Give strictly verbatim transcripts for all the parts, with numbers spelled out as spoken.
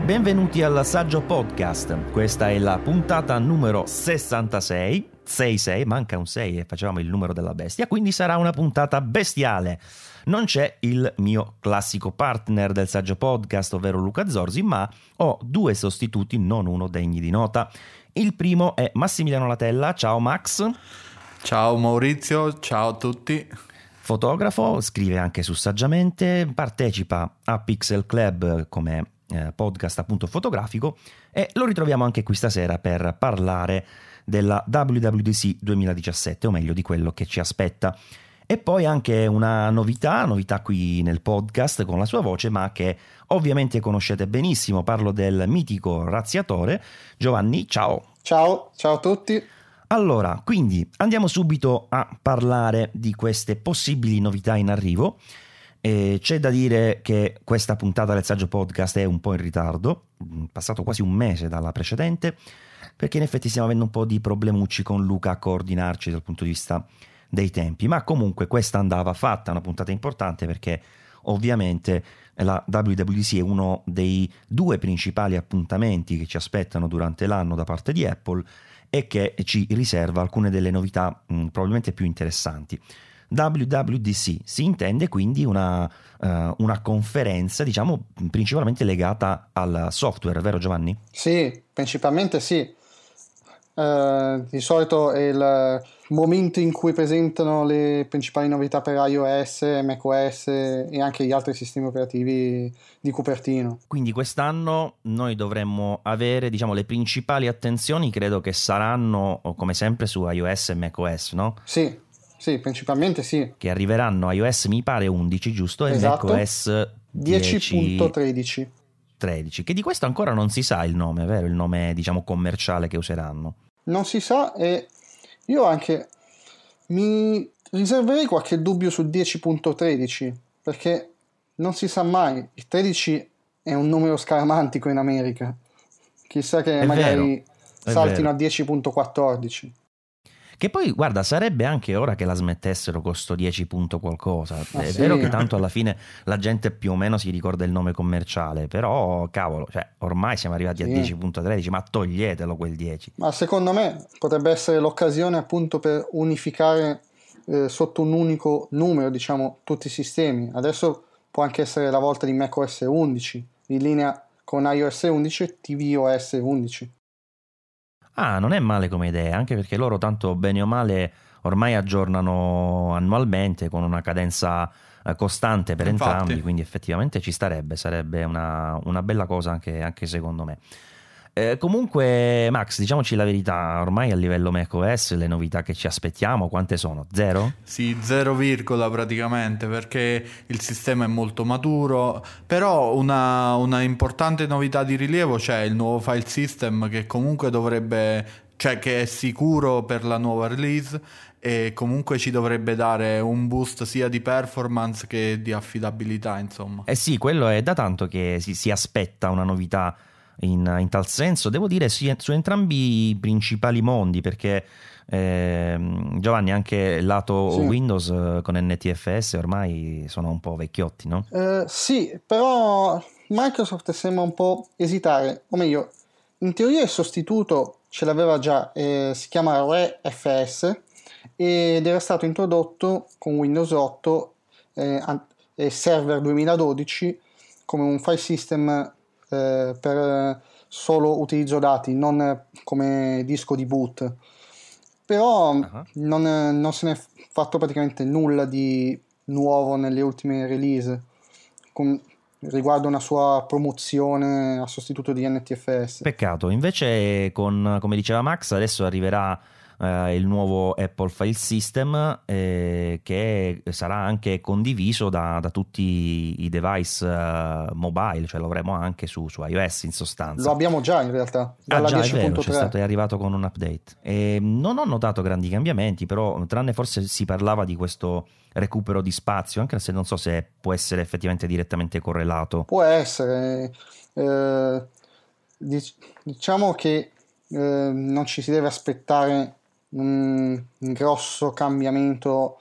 Benvenuti al Saggio Podcast, questa è la puntata numero sessantasei, sessantasei, manca un sei e facevamo il numero della bestia, quindi sarà una puntata bestiale. Non c'è il mio classico partner del Saggio Podcast, ovvero Luca Zorzi, ma ho due sostituti, non uno, degni di nota. Il primo è Massimiliano Latella, ciao Max. Ciao Maurizio, ciao a tutti. Fotografo, scrive anche su Saggiamente, partecipa a Pixel Club come eh, podcast appunto fotografico e lo ritroviamo anche qui stasera per parlare della W W D C duemiladiciassette, o meglio di quello che ci aspetta. E poi anche una novità, novità qui nel podcast con la sua voce, ma che ovviamente conoscete benissimo, parlo del mitico razziatore Giovanni, ciao. Ciao, ciao a tutti. Allora, quindi andiamo subito a parlare di queste possibili novità in arrivo. E c'è da dire che questa puntata del Saggio Podcast è un po' in ritardo, passato quasi un mese dalla precedente, perché in effetti stiamo avendo un po' di problemucci con Luca a coordinarci dal punto di vista dei tempi, ma comunque questa andava fatta, una puntata importante perché ovviamente la W W D C è uno dei due principali appuntamenti che ci aspettano durante l'anno da parte di Apple e che ci riserva alcune delle novità mh, probabilmente più interessanti. W W D C si intende quindi una, uh, una conferenza, diciamo, principalmente legata al software, vero Giovanni? Sì, principalmente sì. Uh, di solito è il momento in cui presentano le principali novità per iOS, macOS e anche gli altri sistemi operativi di Cupertino. Quindi quest'anno noi dovremmo avere, diciamo, le principali attenzioni, credo che saranno come sempre su iOS e macOS, no? Sì, sì, principalmente sì. Che arriveranno a iOS mi pare undici, giusto? E esatto. macOS dieci punto tredici. tredici, che di questo ancora non si sa il nome, vero? Il nome, diciamo, commerciale che useranno. Non si sa, e io anche mi riserverei qualche dubbio sul dieci punto tredici, perché non si sa mai. Il tredici è un numero scaramantico in America. Chissà che è magari vero, saltino a dieci punto quattordici. Che poi, guarda, sarebbe anche ora che la smettessero con sto dieci punto qualcosa. Ah, è sì. vero che tanto alla fine la gente più o meno si ricorda il nome commerciale, però, cavolo, cioè, ormai siamo arrivati sì. a dieci punto tredici, ma toglietelo quel dieci. Ma secondo me potrebbe essere l'occasione appunto per unificare eh, sotto un unico numero, diciamo, tutti i sistemi. Adesso può anche essere la volta di macOS undici, in linea con iOS undici e tvOS undici. Ah, non è male come idea, anche perché loro tanto bene o male ormai aggiornano annualmente con una cadenza eh, costante per Infatti. entrambi, quindi effettivamente ci starebbe, sarebbe una, una bella cosa anche, anche secondo me. Eh, comunque Max, diciamoci la verità, ormai a livello macOS le novità che ci aspettiamo quante sono? Zero? Sì, zero virgola praticamente, perché il sistema è molto maturo, però una, una importante novità di rilievo c'è il nuovo file system che comunque dovrebbe, cioè che è sicuro per la nuova release e comunque ci dovrebbe dare un boost sia di performance che di affidabilità, insomma. Eh sì, quello è da tanto che si, si aspetta una novità In, in tal senso, devo dire sì, su entrambi i principali mondi, perché eh, Giovanni, anche lato sì. Windows eh, con N T F S ormai sono un po' vecchiotti, no? Eh, sì, però Microsoft sembra un po' esitare, o meglio, in teoria il sostituto ce l'aveva già, eh, si chiama ReFS ed era stato introdotto con Windows otto eh, e Server duemiladodici come un file system Eh, per solo utilizzo dati, non come disco di boot. Però uh-huh. non, non se ne è fatto praticamente nulla di nuovo nelle ultime release con, riguardo una sua promozione a sostituto di N T F S. Peccato, invece con, come diceva Max, adesso arriverà Uh, il nuovo Apple File System eh, che sarà anche condiviso da, da tutti i device uh, mobile, cioè lo avremo anche su, su iOS in sostanza. Lo abbiamo già in realtà, dalla ah, già, dieci punto tre. È vero, c'è stato, è arrivato con un update. E non ho notato grandi cambiamenti, però tranne forse si parlava di questo recupero di spazio, anche se non so se può essere effettivamente direttamente correlato. Può essere, eh, diciamo che eh, non ci si deve aspettare un grosso cambiamento.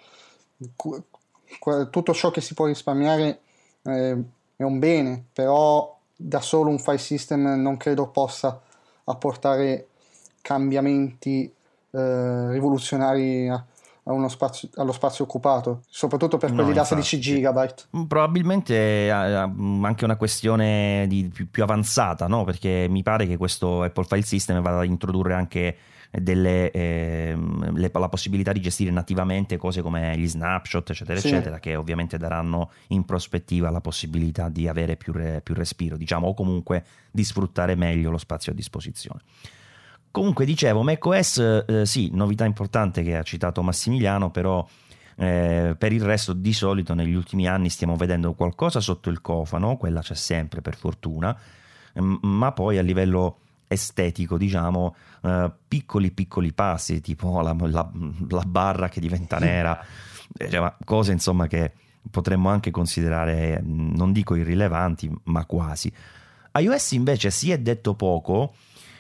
Tutto ciò che si può risparmiare eh, è un bene, però da solo un file system non credo possa apportare cambiamenti eh, rivoluzionari a, a uno spazio, allo spazio occupato, soprattutto per quelli No, da infatti, sedici gigabyte. Probabilmente è anche una questione di più, più avanzata, no? Perché mi pare che questo Apple File System vada ad introdurre anche delle, eh, le, la possibilità di gestire nativamente cose come gli snapshot, eccetera, Sì. eccetera, che ovviamente daranno in prospettiva la possibilità di avere più, re, più respiro, diciamo, o comunque di sfruttare meglio lo spazio a disposizione. Comunque dicevo, macOS eh, sì, novità importante che ha citato Massimiliano, però eh, per il resto di solito negli ultimi anni stiamo vedendo qualcosa sotto il cofano, quella c'è sempre per fortuna, m- ma poi a livello estetico, diciamo, eh, piccoli piccoli passi, tipo la, la, la barra che diventa nera, cioè, cose insomma che potremmo anche considerare, non dico irrilevanti, ma quasi. iOS invece si è detto poco.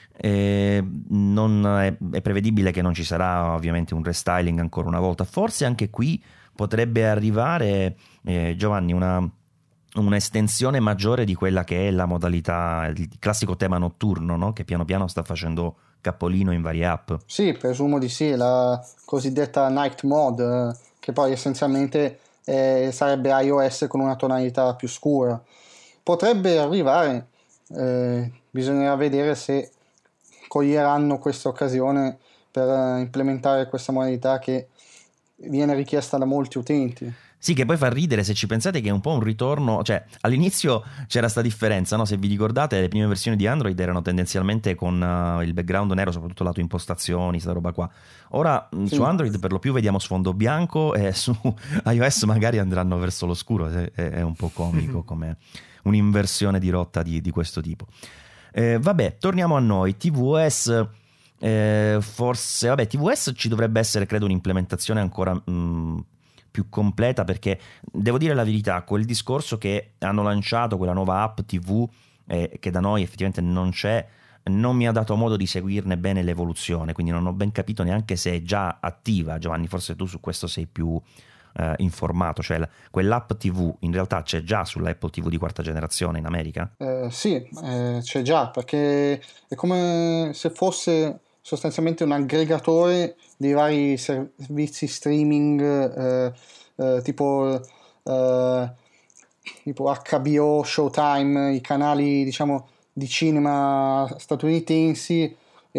Eh, non è, è prevedibile che non ci sarà ovviamente un restyling ancora una volta, forse anche qui potrebbe arrivare, eh, Giovanni, una, un'estensione maggiore di quella che è la modalità, il classico tema notturno, no? Che piano piano sta facendo capolino in varie app. Sì, presumo di sì, la cosiddetta night mode, eh, che poi essenzialmente eh, sarebbe iOS con una tonalità più scura. Potrebbe arrivare, eh, bisognerà vedere se coglieranno questa occasione per implementare questa modalità che viene richiesta da molti utenti. Sì, che poi fa ridere se ci pensate che è un po' un ritorno, cioè all'inizio c'era sta differenza, no? Se vi ricordate, le prime versioni di Android erano tendenzialmente con uh, il background nero, soprattutto lato impostazioni, sta roba qua. Ora Sì. Su Android per lo più vediamo sfondo bianco e su iOS magari andranno verso lo scuro, è, è un po' comico come un'inversione di rotta di, di questo tipo. Eh, vabbè, torniamo a noi. tvOS, eh, forse, vabbè, tvOS ci dovrebbe essere, credo, un'implementazione ancora mh, più completa, perché devo dire la verità, quel discorso che hanno lanciato, quella nuova app tivù, eh, che da noi effettivamente non c'è, non mi ha dato modo di seguirne bene l'evoluzione, quindi non ho ben capito neanche se è già attiva. Giovanni, forse tu su questo sei più Uh, informato, cioè la, quell'app tivù in realtà c'è già sull'Apple tivù di quarta generazione in America? Eh, sì, eh, c'è già, perché è come se fosse sostanzialmente un aggregatore dei vari servizi streaming, eh, eh, tipo, eh, tipo acca bi o, Showtime, i canali, diciamo, di cinema statunitensi,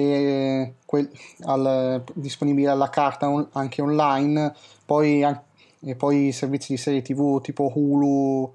e quel, al, disponibili alla carta on, anche online, poi anche e poi i servizi di serie tivù tipo Hulu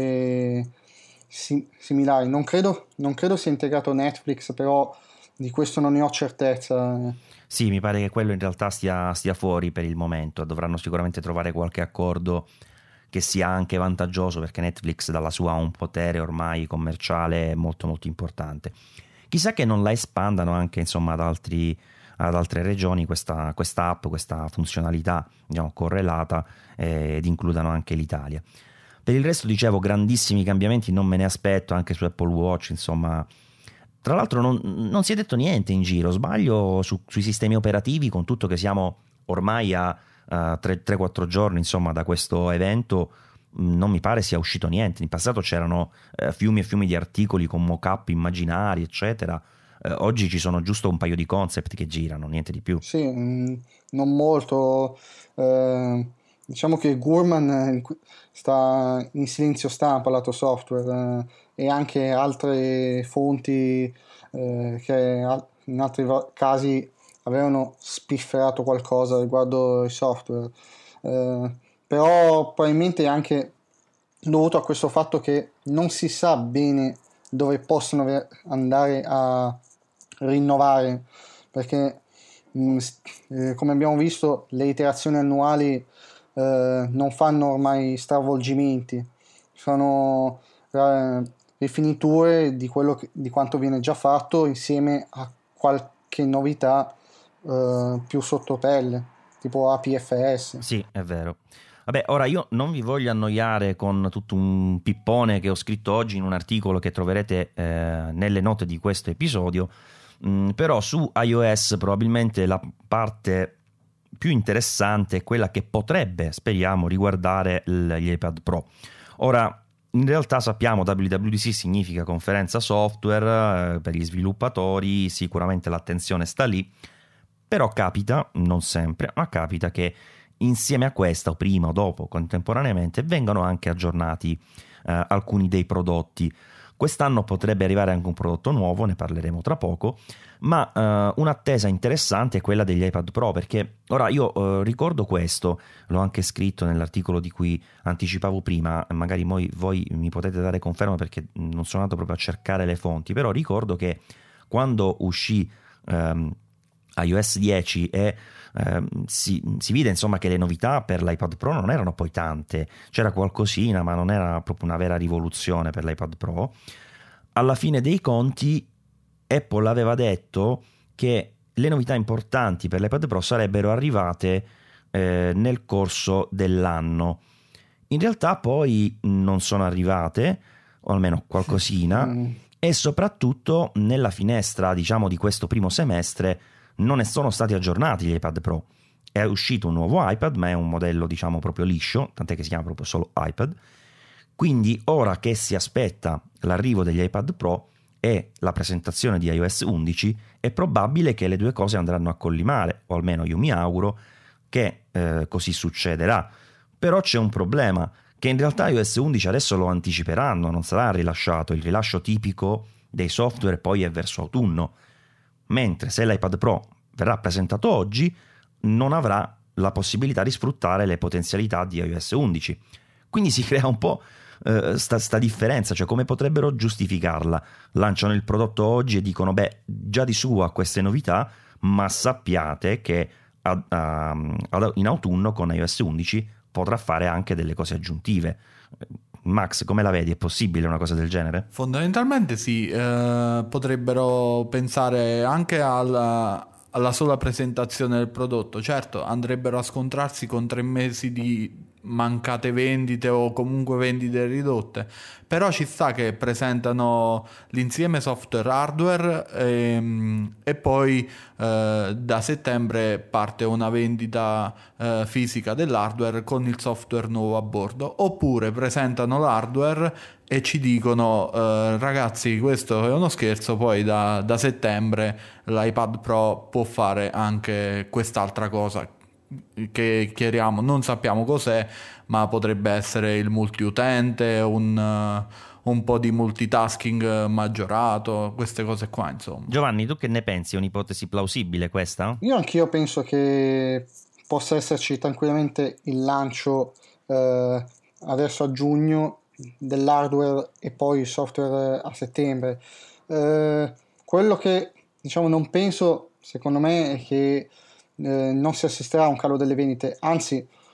e sim- similari. Non credo, non credo sia integrato Netflix, però di questo non ne ho certezza. Sì, mi pare che quello in realtà stia, stia fuori per il momento. Dovranno sicuramente trovare qualche accordo che sia anche vantaggioso, perché Netflix dalla sua ha un potere ormai commerciale molto molto importante. Chissà che non la espandano anche, insomma, ad altri ad altre regioni questa, questa app, questa funzionalità, diciamo, correlata, eh, ed includano anche l'Italia. Per il resto, dicevo, grandissimi cambiamenti non me ne aspetto, anche su Apple Watch, insomma. Tra l'altro non, non si è detto niente in giro, sbaglio, su, sui sistemi operativi, con tutto che siamo ormai a uh, tre quattro giorni, insomma, da questo evento, mh, non mi pare sia uscito niente. In passato c'erano uh, fiumi e fiumi di articoli con mock-up immaginari, eccetera. Uh, oggi ci sono giusto un paio di concept che girano, niente di più. Sì, mh, non molto. Eh, diciamo che Gurman sta in silenzio stampa lato software, eh, e anche altre fonti eh, che in altri casi avevano spifferato qualcosa riguardo il software. Eh, però probabilmente è anche dovuto a questo fatto che non si sa bene dove possono andare a rinnovare, perché mh, eh, come abbiamo visto le iterazioni annuali eh, non fanno ormai stravolgimenti, sono eh, rifiniture di quello che, di quanto viene già fatto, insieme a qualche novità eh, più sottopelle, tipo A P F S. Sì, è vero. Vabbè, ora io non vi voglio annoiare con tutto un pippone che ho scritto oggi in un articolo che troverete eh, nelle note di questo episodio. Mm, però su iOS probabilmente la parte più interessante è quella che potrebbe, speriamo, riguardare l- gli iPad Pro. Ora, in realtà sappiamo W W D C significa conferenza software, eh, per gli sviluppatori sicuramente l'attenzione sta lì, però capita, non sempre, ma capita che insieme a questa o prima o dopo, contemporaneamente, vengano anche aggiornati eh, alcuni dei prodotti. Quest'anno potrebbe arrivare anche un prodotto nuovo, ne parleremo tra poco, ma eh, un'attesa interessante è quella degli iPad Pro, perché ora io eh, ricordo questo, l'ho anche scritto nell'articolo di cui anticipavo prima, magari voi, voi mi potete dare conferma perché non sono andato proprio a cercare le fonti, però ricordo che quando uscì ehm, iOS dieci e eh, si, si vide insomma che le novità per l'iPad Pro non erano poi tante, c'era qualcosina ma non era proprio una vera rivoluzione per l'iPad Pro. Alla fine dei conti Apple aveva detto che le novità importanti per l'iPad Pro sarebbero arrivate eh, nel corso dell'anno. In realtà poi non sono arrivate, o almeno qualcosina, mm. e soprattutto nella finestra diciamo di questo primo semestre non ne sono stati aggiornati gli iPad Pro. È uscito un nuovo iPad, ma è un modello diciamo proprio liscio, tant'è che si chiama proprio solo iPad. Quindi ora che si aspetta l'arrivo degli iPad Pro e la presentazione di iOS undici, è probabile che le due cose andranno a collimare, o almeno io mi auguro che eh, così succederà. Però c'è un problema, che in realtà iOS undici adesso lo anticiperanno, non sarà rilasciato, il rilascio tipico dei software poi è verso autunno. Mentre se l'iPad Pro verrà presentato oggi non avrà la possibilità di sfruttare le potenzialità di iOS undici. Quindi si crea un po' eh, sta, sta differenza, cioè come potrebbero giustificarla? Lanciano il prodotto oggi e dicono beh, già di suo ha queste novità, ma sappiate che a, a, a, in autunno con iOS undici potrà fare anche delle cose aggiuntive. Max, come la vedi? È possibile una cosa del genere? Fondamentalmente sì, eh, potrebbero pensare anche alla, alla sola presentazione del prodotto. Certo, andrebbero a scontrarsi con tre mesi di mancate vendite o comunque vendite ridotte, però ci sta che presentano l'insieme software hardware e, e poi eh, da settembre parte una vendita eh, fisica dell'hardware con il software nuovo a bordo, oppure presentano l'hardware e ci dicono eh, ragazzi, questo è uno scherzo, poi da, da settembre l'iPad Pro può fare anche quest'altra cosa che chiariamo, non sappiamo cos'è, ma potrebbe essere il multiutente, un, uh, un po' di multitasking maggiorato, queste cose qua insomma. Giovanni, tu che ne pensi? È un'ipotesi plausibile questa? Io anch'io penso che possa esserci tranquillamente il lancio eh, adesso a giugno dell'hardware e poi il software a settembre. Eh, quello che diciamo non penso, secondo me, è che Eh, non si assisterà a un calo delle vendite, anzi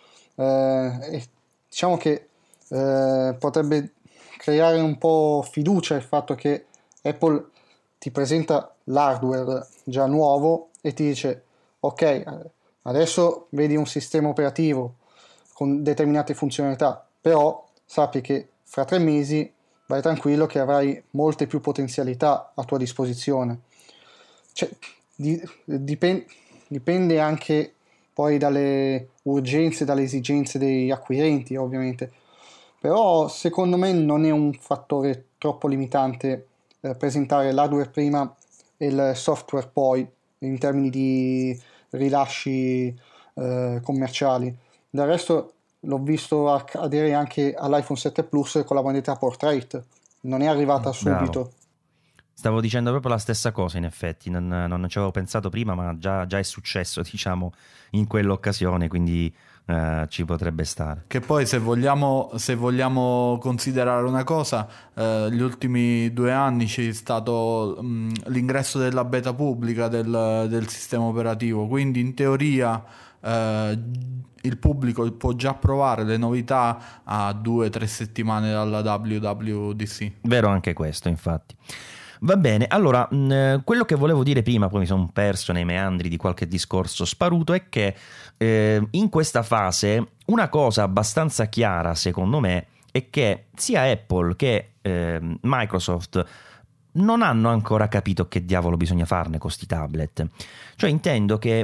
eh, diciamo che eh, potrebbe creare un po' fiducia il fatto che Apple ti presenta l'hardware già nuovo e ti dice ok, adesso vedi un sistema operativo con determinate funzionalità, però sappi che fra tre mesi vai tranquillo che avrai molte più potenzialità a tua disposizione. Cioè, di, dipende Dipende anche poi dalle urgenze, dalle esigenze degli acquirenti, ovviamente. Però secondo me non è un fattore troppo limitante eh, presentare l'hardware prima e il software poi, in termini di rilasci eh, commerciali. Del resto l'ho visto accadere anche all'iPhone sette Plus con la modalità Portrait. Non è arrivata Bravo. subito. Stavo dicendo proprio la stessa cosa, in effetti, non, non ci avevo pensato prima, ma già, già è successo, diciamo, in quell'occasione, quindi eh, ci potrebbe stare. Che poi se vogliamo, se vogliamo considerare una cosa, eh, gli ultimi due anni c'è stato mh, l'ingresso della beta pubblica del, del sistema operativo, quindi in teoria eh, il pubblico può già provare le novità a due o tre settimane dalla W W D C. Vero anche questo, infatti. Va bene, allora, mh, quello che volevo dire prima, poi mi sono perso nei meandri di qualche discorso sparuto, è che eh, in questa fase una cosa abbastanza chiara, secondo me, è che sia Apple che eh, Microsoft non hanno ancora capito che diavolo bisogna farne con sti tablet. Cioè intendo che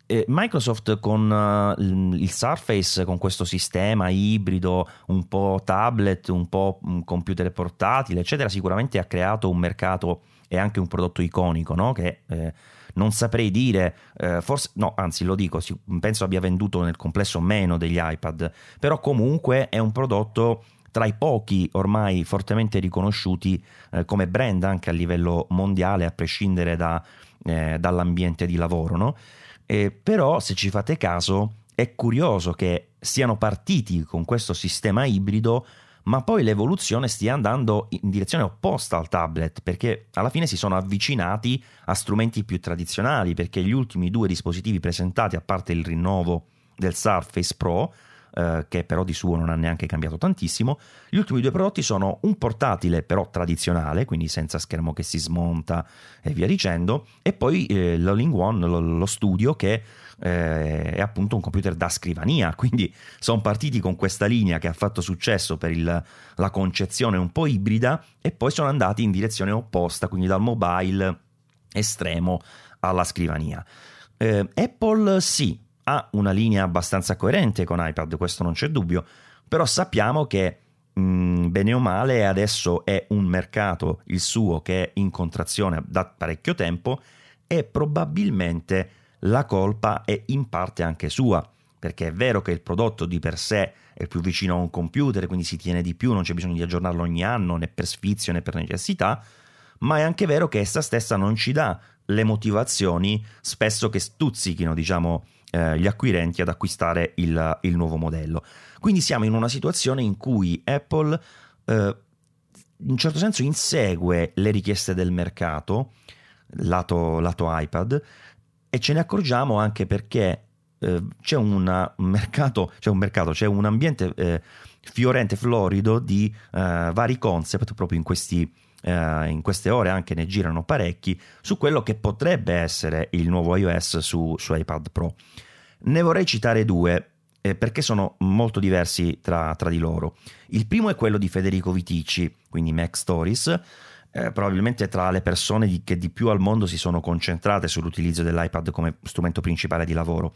eh, Microsoft con uh, il Surface, con questo sistema ibrido, un po' tablet, un po' computer portatile, eccetera, sicuramente ha creato un mercato e anche un prodotto iconico, no? Che eh, non saprei dire, eh, forse no, anzi lo dico, penso abbia venduto nel complesso meno degli iPad, però comunque è un prodotto tra i pochi ormai fortemente riconosciuti eh, come brand anche a livello mondiale, a prescindere da, eh, dall'ambiente di lavoro, no? Eh, però se ci fate caso è curioso che siano partiti con questo sistema ibrido, ma poi l'evoluzione stia andando in direzione opposta al tablet, perché alla fine si sono avvicinati a strumenti più tradizionali, perché gli ultimi due dispositivi presentati, a parte il rinnovo del Surface Pro, eh, che però di suo non ha neanche cambiato tantissimo, gli ultimi due prodotti sono un portatile però tradizionale, quindi senza schermo che si smonta e via dicendo, e poi eh, l'all-in-one, lo, lo Studio, che Eh, è appunto un computer da scrivania. Quindi sono partiti con questa linea che ha fatto successo per il, la concezione un po' ibrida, e poi sono andati in direzione opposta, quindi dal mobile estremo alla scrivania. eh, Apple sì, ha una linea abbastanza coerente con iPad, questo non c'è dubbio, però sappiamo che mh, bene o male adesso è un mercato, il suo, che è in contrazione da parecchio tempo, e probabilmente la colpa è in parte anche sua, perché è vero che il prodotto di per sé è più vicino a un computer, quindi si tiene di più, non c'è bisogno di aggiornarlo ogni anno, né per sfizio né per necessità, ma è anche vero che essa stessa non ci dà le motivazioni spesso che stuzzichino, diciamo, eh, gli acquirenti ad acquistare il, il nuovo modello. Quindi siamo in una situazione in cui Apple eh, in un certo senso insegue le richieste del mercato lato, lato iPad, e ce ne accorgiamo anche perché eh, c'è una, un mercato, c'è un mercato, c'è un ambiente eh, fiorente, florido di eh, vari concept proprio in questi eh, in queste ore, anche ne girano parecchi su quello che potrebbe essere il nuovo iOS su, su iPad Pro. Ne vorrei citare due eh, perché sono molto diversi tra, tra di loro. Il primo è quello di Federico Viticci, quindi Mac Stories, Eh, probabilmente tra le persone di, che di più al mondo si sono concentrate sull'utilizzo dell'iPad come strumento principale di lavoro.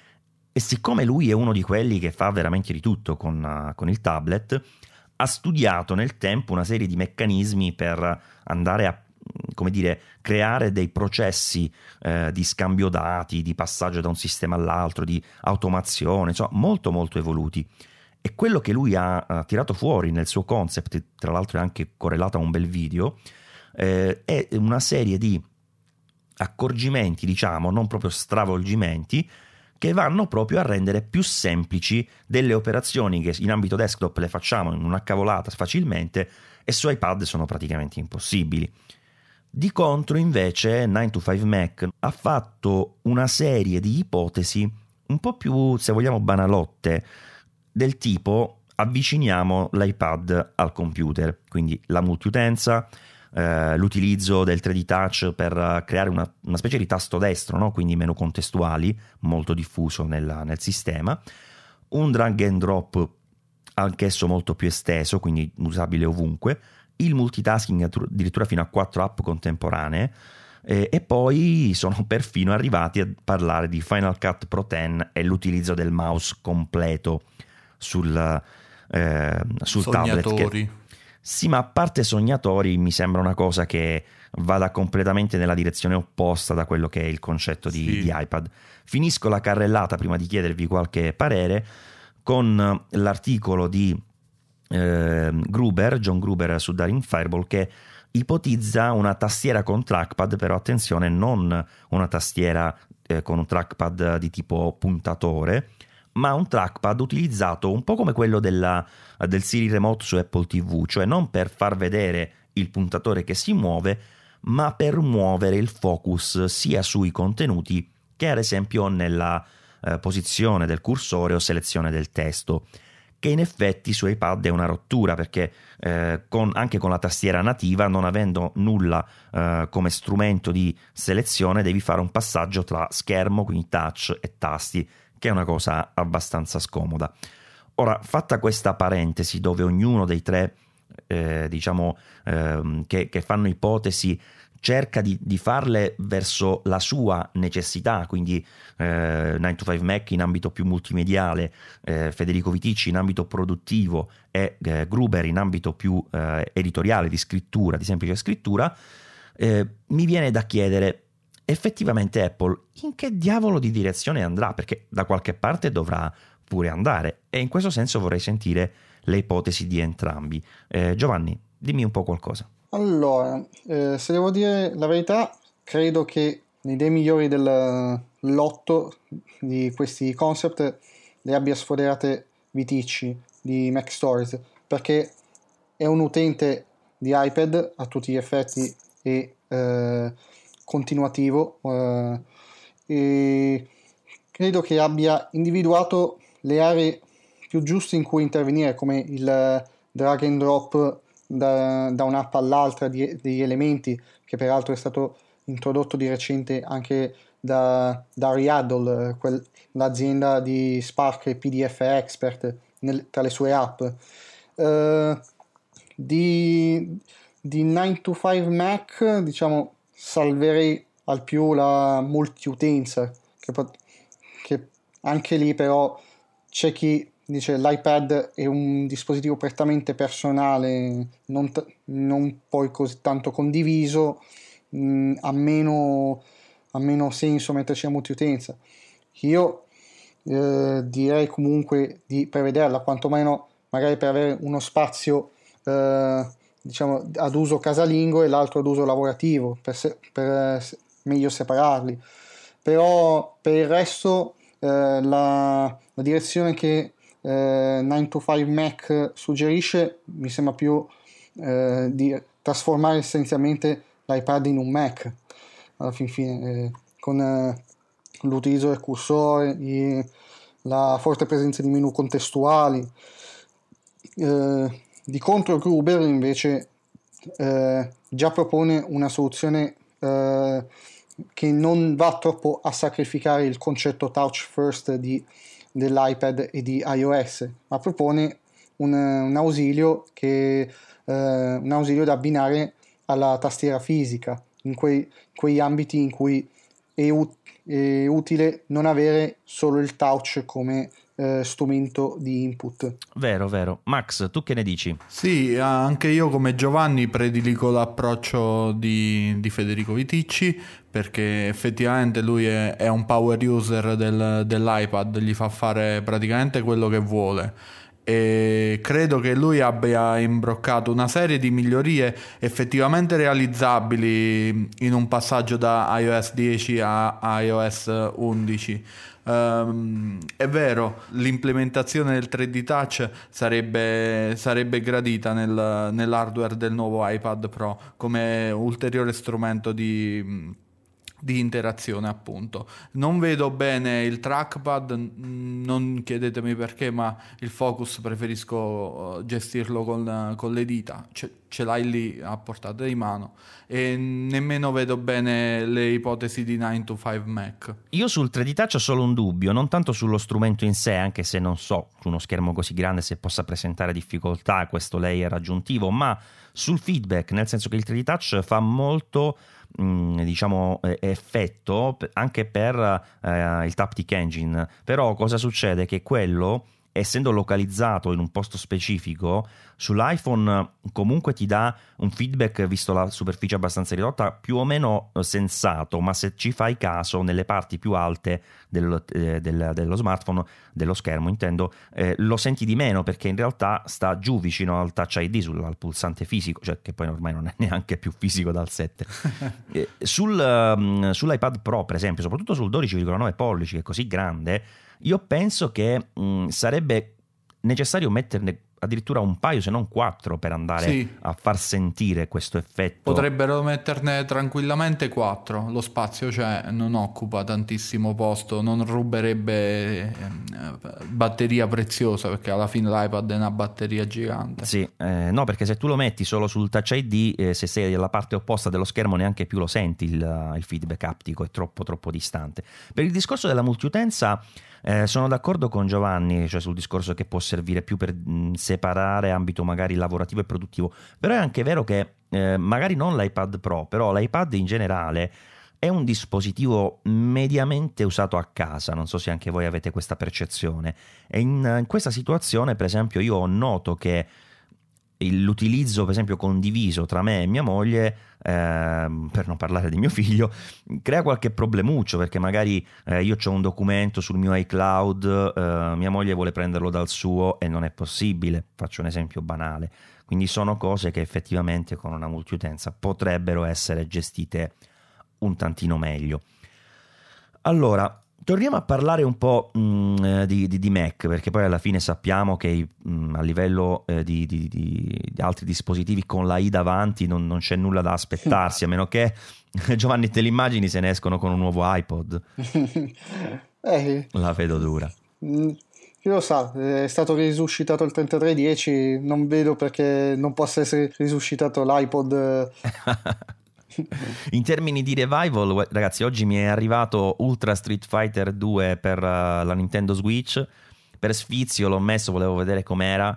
E siccome lui è uno di quelli che fa veramente di tutto con, uh, con il tablet, ha studiato nel tempo una serie di meccanismi per andare a, come dire, creare dei processi eh, di scambio dati, di passaggio da un sistema all'altro, di automazione, insomma molto molto evoluti. E quello che lui ha, ha tirato fuori nel suo concept, tra l'altro è anche correlato a un bel video, eh, è una serie di accorgimenti, diciamo, non proprio stravolgimenti, che vanno proprio a rendere più semplici delle operazioni che in ambito desktop le facciamo in una cavolata facilmente e su iPad sono praticamente impossibili. Di contro, invece, nine to five Mac ha fatto una serie di ipotesi un po' più, se vogliamo, banalotte, del tipo avviciniamo l'iPad al computer, quindi la multiutenza, eh, l'utilizzo del tre D Touch per creare una, una specie di tasto destro, no? Quindi menu contestuali, molto diffuso nel, nel sistema, un drag and drop anch'esso molto più esteso, quindi usabile ovunque, il multitasking addirittura fino a quattro app contemporanee, eh, e poi sono perfino arrivati a parlare di Final Cut Pro dieci e l'utilizzo del mouse completo sul, eh, sul tablet. Che, sì, ma a parte sognatori, mi sembra una cosa che vada completamente nella direzione opposta da quello che è il concetto di, sì. di iPad. Finisco la carrellata prima di chiedervi qualche parere con l'articolo di eh, Gruber, John Gruber su Daring Fireball, che ipotizza una tastiera con trackpad, però attenzione, non una tastiera eh, con un trackpad di tipo puntatore, ma un trackpad utilizzato un po' come quello della, del Siri Remote su Apple ti vu, cioè non per far vedere il puntatore che si muove, ma per muovere il focus sia sui contenuti che ad esempio nella eh, posizione del cursore o selezione del testo, che in effetti su iPad è una rottura, perché eh, con, anche con la tastiera nativa, non avendo nulla eh, come strumento di selezione, devi fare un passaggio tra schermo, quindi touch, e tasti, che è una cosa abbastanza scomoda. Ora, fatta questa parentesi dove ognuno dei tre eh, diciamo eh, che, che fanno ipotesi cerca di, di farle verso la sua necessità, quindi eh, nine to five Mac in ambito più multimediale, eh, Federico Viticci in ambito produttivo e eh, Gruber in ambito più eh, editoriale, di scrittura, di semplice scrittura, eh, mi viene da chiedere effettivamente Apple in che diavolo di direzione andrà, perché da qualche parte dovrà pure andare, e in questo senso vorrei sentire le ipotesi di entrambi. eh, Giovanni, dimmi un po' qualcosa. Allora, eh, se devo dire la verità, credo che le idee migliori del lotto di questi concept le abbia sfoderate Viticci di Mac Stories, perché è un utente di iPad a tutti gli effetti e eh, continuativo, eh, e credo che abbia individuato le aree più giuste in cui intervenire, come il drag and drop da, da un'app all'altra di, degli elementi, che peraltro è stato introdotto di recente anche da, da Riaddle, quel, l'azienda di Spark e P D F Expert, nel, tra le sue app. Uh, di, di nine to five Mac, diciamo, salverei al più la multiutenza, che, che anche lì però c'è chi dice l'iPad è un dispositivo prettamente personale, non, t- non poi così tanto condiviso, mh, ha meno, ha meno senso metterci a multiutenza. Io eh, direi comunque di prevederla, quantomeno magari per avere uno spazio eh, diciamo ad uso casalingo e l'altro ad uso lavorativo, per, se- per se- meglio separarli. Però per il resto eh, la, la direzione che eh, nine to five Mac suggerisce mi sembra più eh, di trasformare essenzialmente l'iPad in un Mac alla fin fine, eh, con eh, l'utilizzo del cursore, i, la forte presenza di menu contestuali. Eh, di contro Gruber invece eh, già propone una soluzione eh, che non va troppo a sacrificare il concetto touch first di, dell'iPad e di iOS, ma propone un, un ausilio che eh, un ausilio da abbinare alla tastiera fisica in quei, quegli ambiti in cui è, ut- è utile non avere solo il touch come eh, strumento di input. Vero, vero. Max, tu che ne dici? Sì, anche io come Giovanni prediligo l'approccio di, di Federico Viticci, perché effettivamente lui è, è un power user del, dell'iPad, gli fa fare praticamente quello che vuole, e credo che lui abbia imbroccato una serie di migliorie effettivamente realizzabili in un passaggio da iOS dieci a iOS undici. Um, è vero, l'implementazione del tre D Touch sarebbe, sarebbe gradita nel, nell'hardware del nuovo iPad Pro come ulteriore strumento di di interazione, appunto. Non vedo bene il trackpad, non chiedetemi perché, ma il focus preferisco gestirlo con, con le dita, ce, ce l'hai lì a portata di mano, e nemmeno vedo bene le ipotesi di nine to five Mac. Io sul tre D Touch ho solo un dubbio, non tanto sullo strumento in sé, anche se non so su uno schermo così grande se possa presentare difficoltà questo layer aggiuntivo, ma sul feedback, nel senso che il tre D Touch fa molto diciamo effetto anche per eh, il Taptic Engine, però cosa succede? Che quello, essendo localizzato in un posto specifico, sull'iPhone comunque ti dà un feedback, visto la superficie abbastanza ridotta, più o meno sensato, ma se ci fai caso nelle parti più alte del, eh, del, dello smartphone, dello schermo intendo, eh, lo senti di meno, perché in realtà sta giù vicino al Touch I D, sul al pulsante fisico, cioè che poi ormai non è neanche più fisico dal sette. eh, sul, um, sull'iPad Pro, per esempio, soprattutto sul dodici virgola nove pollici, che è così grande, io penso che mh, sarebbe necessario metterne addirittura un paio, se non quattro, per andare sì. a far sentire questo effetto. Potrebbero metterne tranquillamente quattro, lo spazio c'è, non occupa tantissimo posto, non ruberebbe eh, batteria preziosa, perché alla fine l'iPad è una batteria gigante. Sì, eh, no, perché se tu lo metti solo sul Touch I D, eh, se sei dalla parte opposta dello schermo neanche più lo senti il, il feedback aptico, è troppo troppo distante. Per il discorso della multiutenza Eh, sono d'accordo con Giovanni, cioè sul discorso che può servire più per mh, separare ambito magari lavorativo e produttivo, però è anche vero che eh, magari non l'iPad Pro, però l'iPad in generale è un dispositivo mediamente usato a casa, non so se anche voi avete questa percezione, e in, in questa situazione per esempio io noto che l'utilizzo per esempio condiviso tra me e mia moglie, eh, per non parlare di mio figlio, crea qualche problemuccio, perché magari eh, io ho un documento sul mio iCloud, eh, mia moglie vuole prenderlo dal suo e non è possibile, faccio un esempio banale. Quindi sono cose che effettivamente con una multiutenza potrebbero essere gestite un tantino meglio. Allora, torniamo a parlare un po' mh, di, di, di Mac, perché poi alla fine sappiamo che mh, a livello eh, di, di, di, di altri dispositivi con la i davanti non, non c'è nulla da aspettarsi, a meno che, Giovanni, te l'immagini se ne escono con un nuovo iPod? eh, La vedo dura. Chi lo sa, è stato risuscitato il trentatré dieci, non vedo perché non possa essere risuscitato l'iPod. In termini di revival, ragazzi, oggi mi è arrivato Ultra Street Fighter due per uh, la Nintendo Switch. Per sfizio l'ho messo, volevo vedere com'era.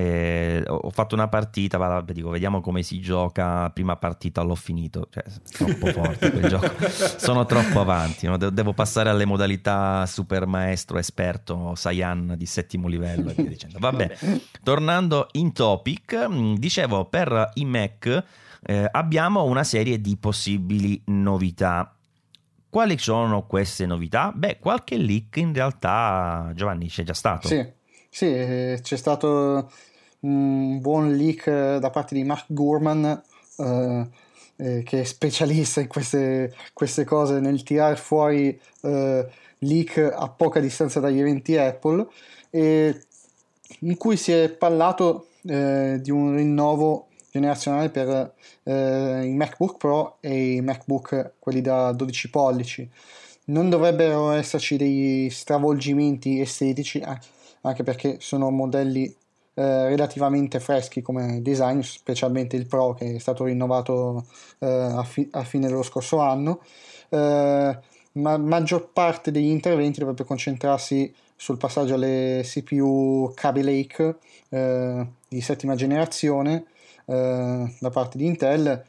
E ho fatto una partita, vabbè, dico, vediamo come si gioca. Prima partita l'ho finito, cioè, troppo forte quel gioco. Sono troppo avanti, no? Devo passare alle modalità super maestro esperto Saiyan di settimo livello e via dicendo. Vabbè, tornando in topic, dicevo, per i Mac Eh, abbiamo una serie di possibili novità. Quali sono queste novità? Beh, qualche leak in realtà, Giovanni, c'è già stato. Sì, sì, eh, c'è stato un buon leak da parte di Mark Gurman, eh, eh, che è specialista in queste, queste cose, nel tirare fuori eh, leak a poca distanza dagli eventi Apple, e in cui si è parlato eh, di un rinnovo generazionale per eh, i MacBook Pro e i MacBook quelli da dodici pollici. Non dovrebbero esserci dei stravolgimenti estetici, eh, anche perché sono modelli eh, relativamente freschi come design, specialmente il Pro che è stato rinnovato eh, a, fi- a fine dello scorso anno. Eh, ma maggior parte degli interventi dovrebbe concentrarsi sul passaggio alle C P U Kaby Lake eh, di settima generazione eh, da parte di Intel,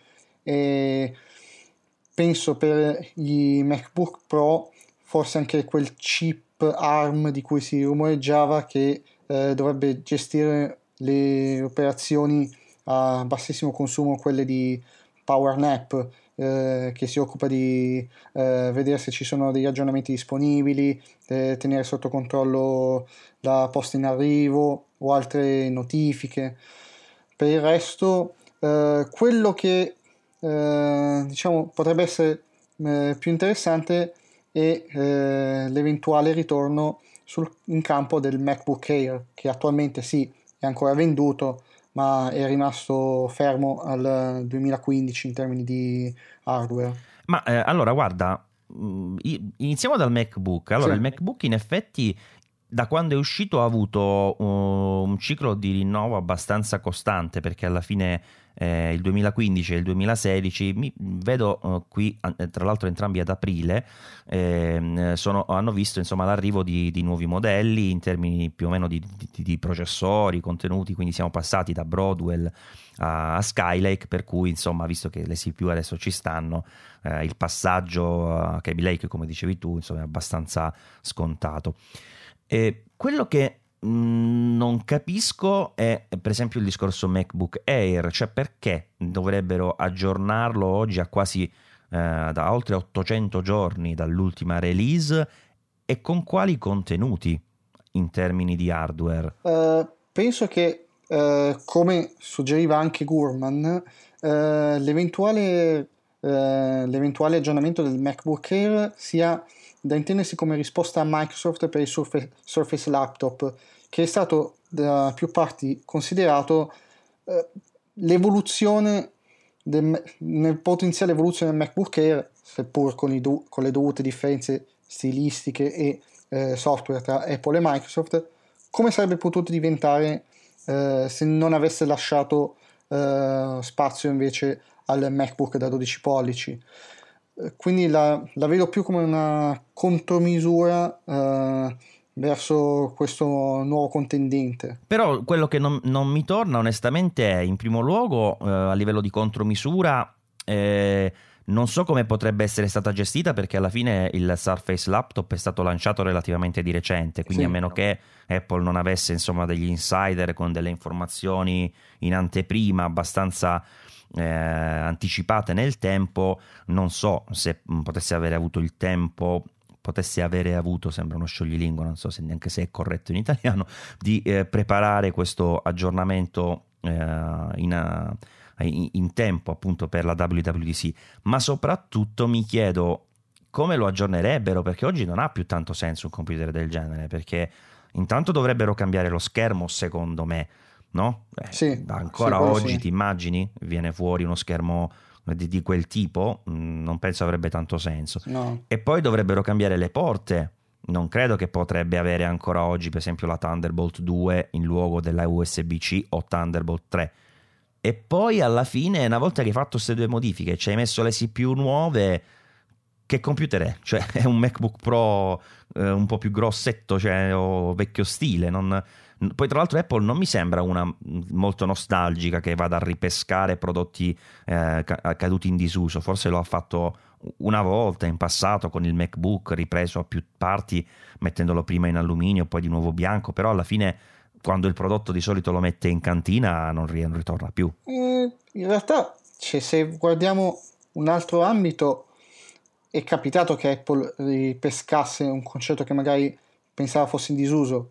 e penso per gli MacBook Pro forse anche quel chip ARM di cui si rumoreggiava, che eh, dovrebbe gestire le operazioni a bassissimo consumo, quelle di PowerNap, eh, che si occupa di eh, vedere se ci sono degli aggiornamenti disponibili, eh, tenere sotto controllo la posta in arrivo o altre notifiche. Per il resto, eh, quello che eh, diciamo potrebbe essere eh, più interessante è eh, l'eventuale ritorno sul, in campo del MacBook Air, che attualmente sì, è ancora venduto, ma è rimasto fermo al duemilaquindici in termini di hardware. Ma eh, allora guarda, mh, iniziamo dal MacBook. Allora, Sì. il MacBook in effetti da quando è uscito ha avuto uh, un ciclo di rinnovo abbastanza costante, perché alla fine eh, il duemilaquindici e il duemilasedici mi vedo uh, qui, eh, tra l'altro entrambi ad aprile, eh, sono, hanno visto insomma l'arrivo di, di nuovi modelli in termini più o meno di, di, di processori, contenuti, quindi siamo passati da Broadwell a, a Skylake, per cui insomma, visto che le C P U adesso ci stanno, eh, il passaggio a Kaby Lake, come dicevi tu, insomma, è abbastanza scontato. E quello che mh, non capisco è per esempio il discorso MacBook Air, cioè perché dovrebbero aggiornarlo oggi a quasi eh, da oltre ottocento giorni dall'ultima release, e con quali contenuti in termini di hardware? Uh, penso che uh, come suggeriva anche Gurman, uh, l'eventuale, uh, l'eventuale aggiornamento del MacBook Air sia da intendersi come risposta a Microsoft per il Surface, Surface Laptop, che è stato da più parti considerato eh, l'evoluzione del, nel potenziale evoluzione del MacBook Air, seppur con, i do, con le dovute differenze stilistiche e eh, software tra Apple e Microsoft, come sarebbe potuto diventare eh, se non avesse lasciato eh, spazio invece al MacBook da dodici pollici. Quindi la, la vedo più come una contromisura eh, verso questo nuovo contendente. Però quello che non, non mi torna onestamente è, in primo luogo, eh, a livello di contromisura, eh, non so come potrebbe essere stata gestita, perché alla fine il Surface Laptop è stato lanciato relativamente di recente, quindi Sì. a meno che Apple non avesse insomma degli insider con delle informazioni in anteprima abbastanza eh, anticipate nel tempo, non so se potesse avere avuto il tempo potesse avere avuto, sembra uno scioglilingua, non so se neanche se è corretto in italiano, di eh, preparare questo aggiornamento eh, in, in, in tempo appunto per la W W D C, ma soprattutto mi chiedo come lo aggiornerebbero, perché oggi non ha più tanto senso un computer del genere, perché intanto dovrebbero cambiare lo schermo, secondo me, no? Eh, Sì, ancora sì, oggi sì. ti immagini? Viene fuori uno schermo di, di quel tipo, non penso avrebbe tanto senso. No. E poi dovrebbero cambiare le porte. Non credo che potrebbe avere ancora oggi, per esempio, la Thunderbolt due in luogo della U S B C o Thunderbolt tre. E poi alla fine, una volta che hai fatto queste due modifiche, ci hai messo le C P U nuove, che computer è? Cioè è un MacBook Pro eh, un po' più grossetto, cioè o vecchio stile. Non... Poi tra l'altro Apple non mi sembra una molto nostalgica che vada a ripescare prodotti eh, caduti in disuso. Forse lo ha fatto una volta in passato con il MacBook, ripreso a più parti, mettendolo prima in alluminio poi di nuovo bianco, però alla fine quando il prodotto di solito lo mette in cantina non ritorna più. Eh, in realtà, cioè, se guardiamo un altro ambito, è capitato che Apple ripescasse un concetto che magari pensava fosse in disuso.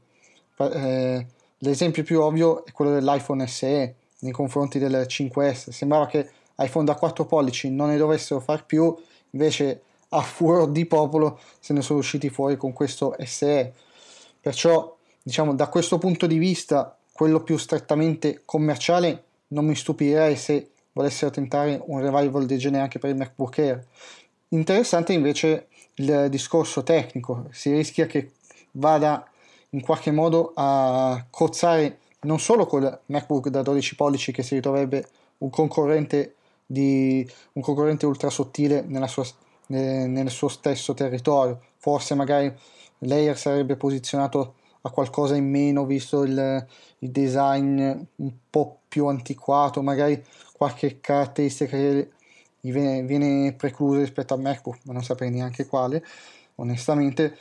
Eh, l'esempio più ovvio è quello dell'iPhone S E nei confronti del cinque S. Sembrava che iPhone da quattro pollici non ne dovessero far più, invece a furor di popolo se ne sono usciti fuori con questo S E. Perciò, diciamo, da questo punto di vista, quello più strettamente commerciale, non mi stupirei se volessero tentare un revival del genere anche per il MacBook Air. Interessante invece il discorso tecnico, si rischia che vada in qualche modo a cozzare non solo col MacBook da dodici pollici, che si ritroverebbe un concorrente di un concorrente ultra sottile nella sua, nel suo stesso territorio. Forse magari l'Air sarebbe posizionato a qualcosa in meno, visto il, il design un po' più antiquato, magari qualche caratteristica che gli viene, viene preclusa rispetto al MacBook, ma non saprei neanche quale, onestamente.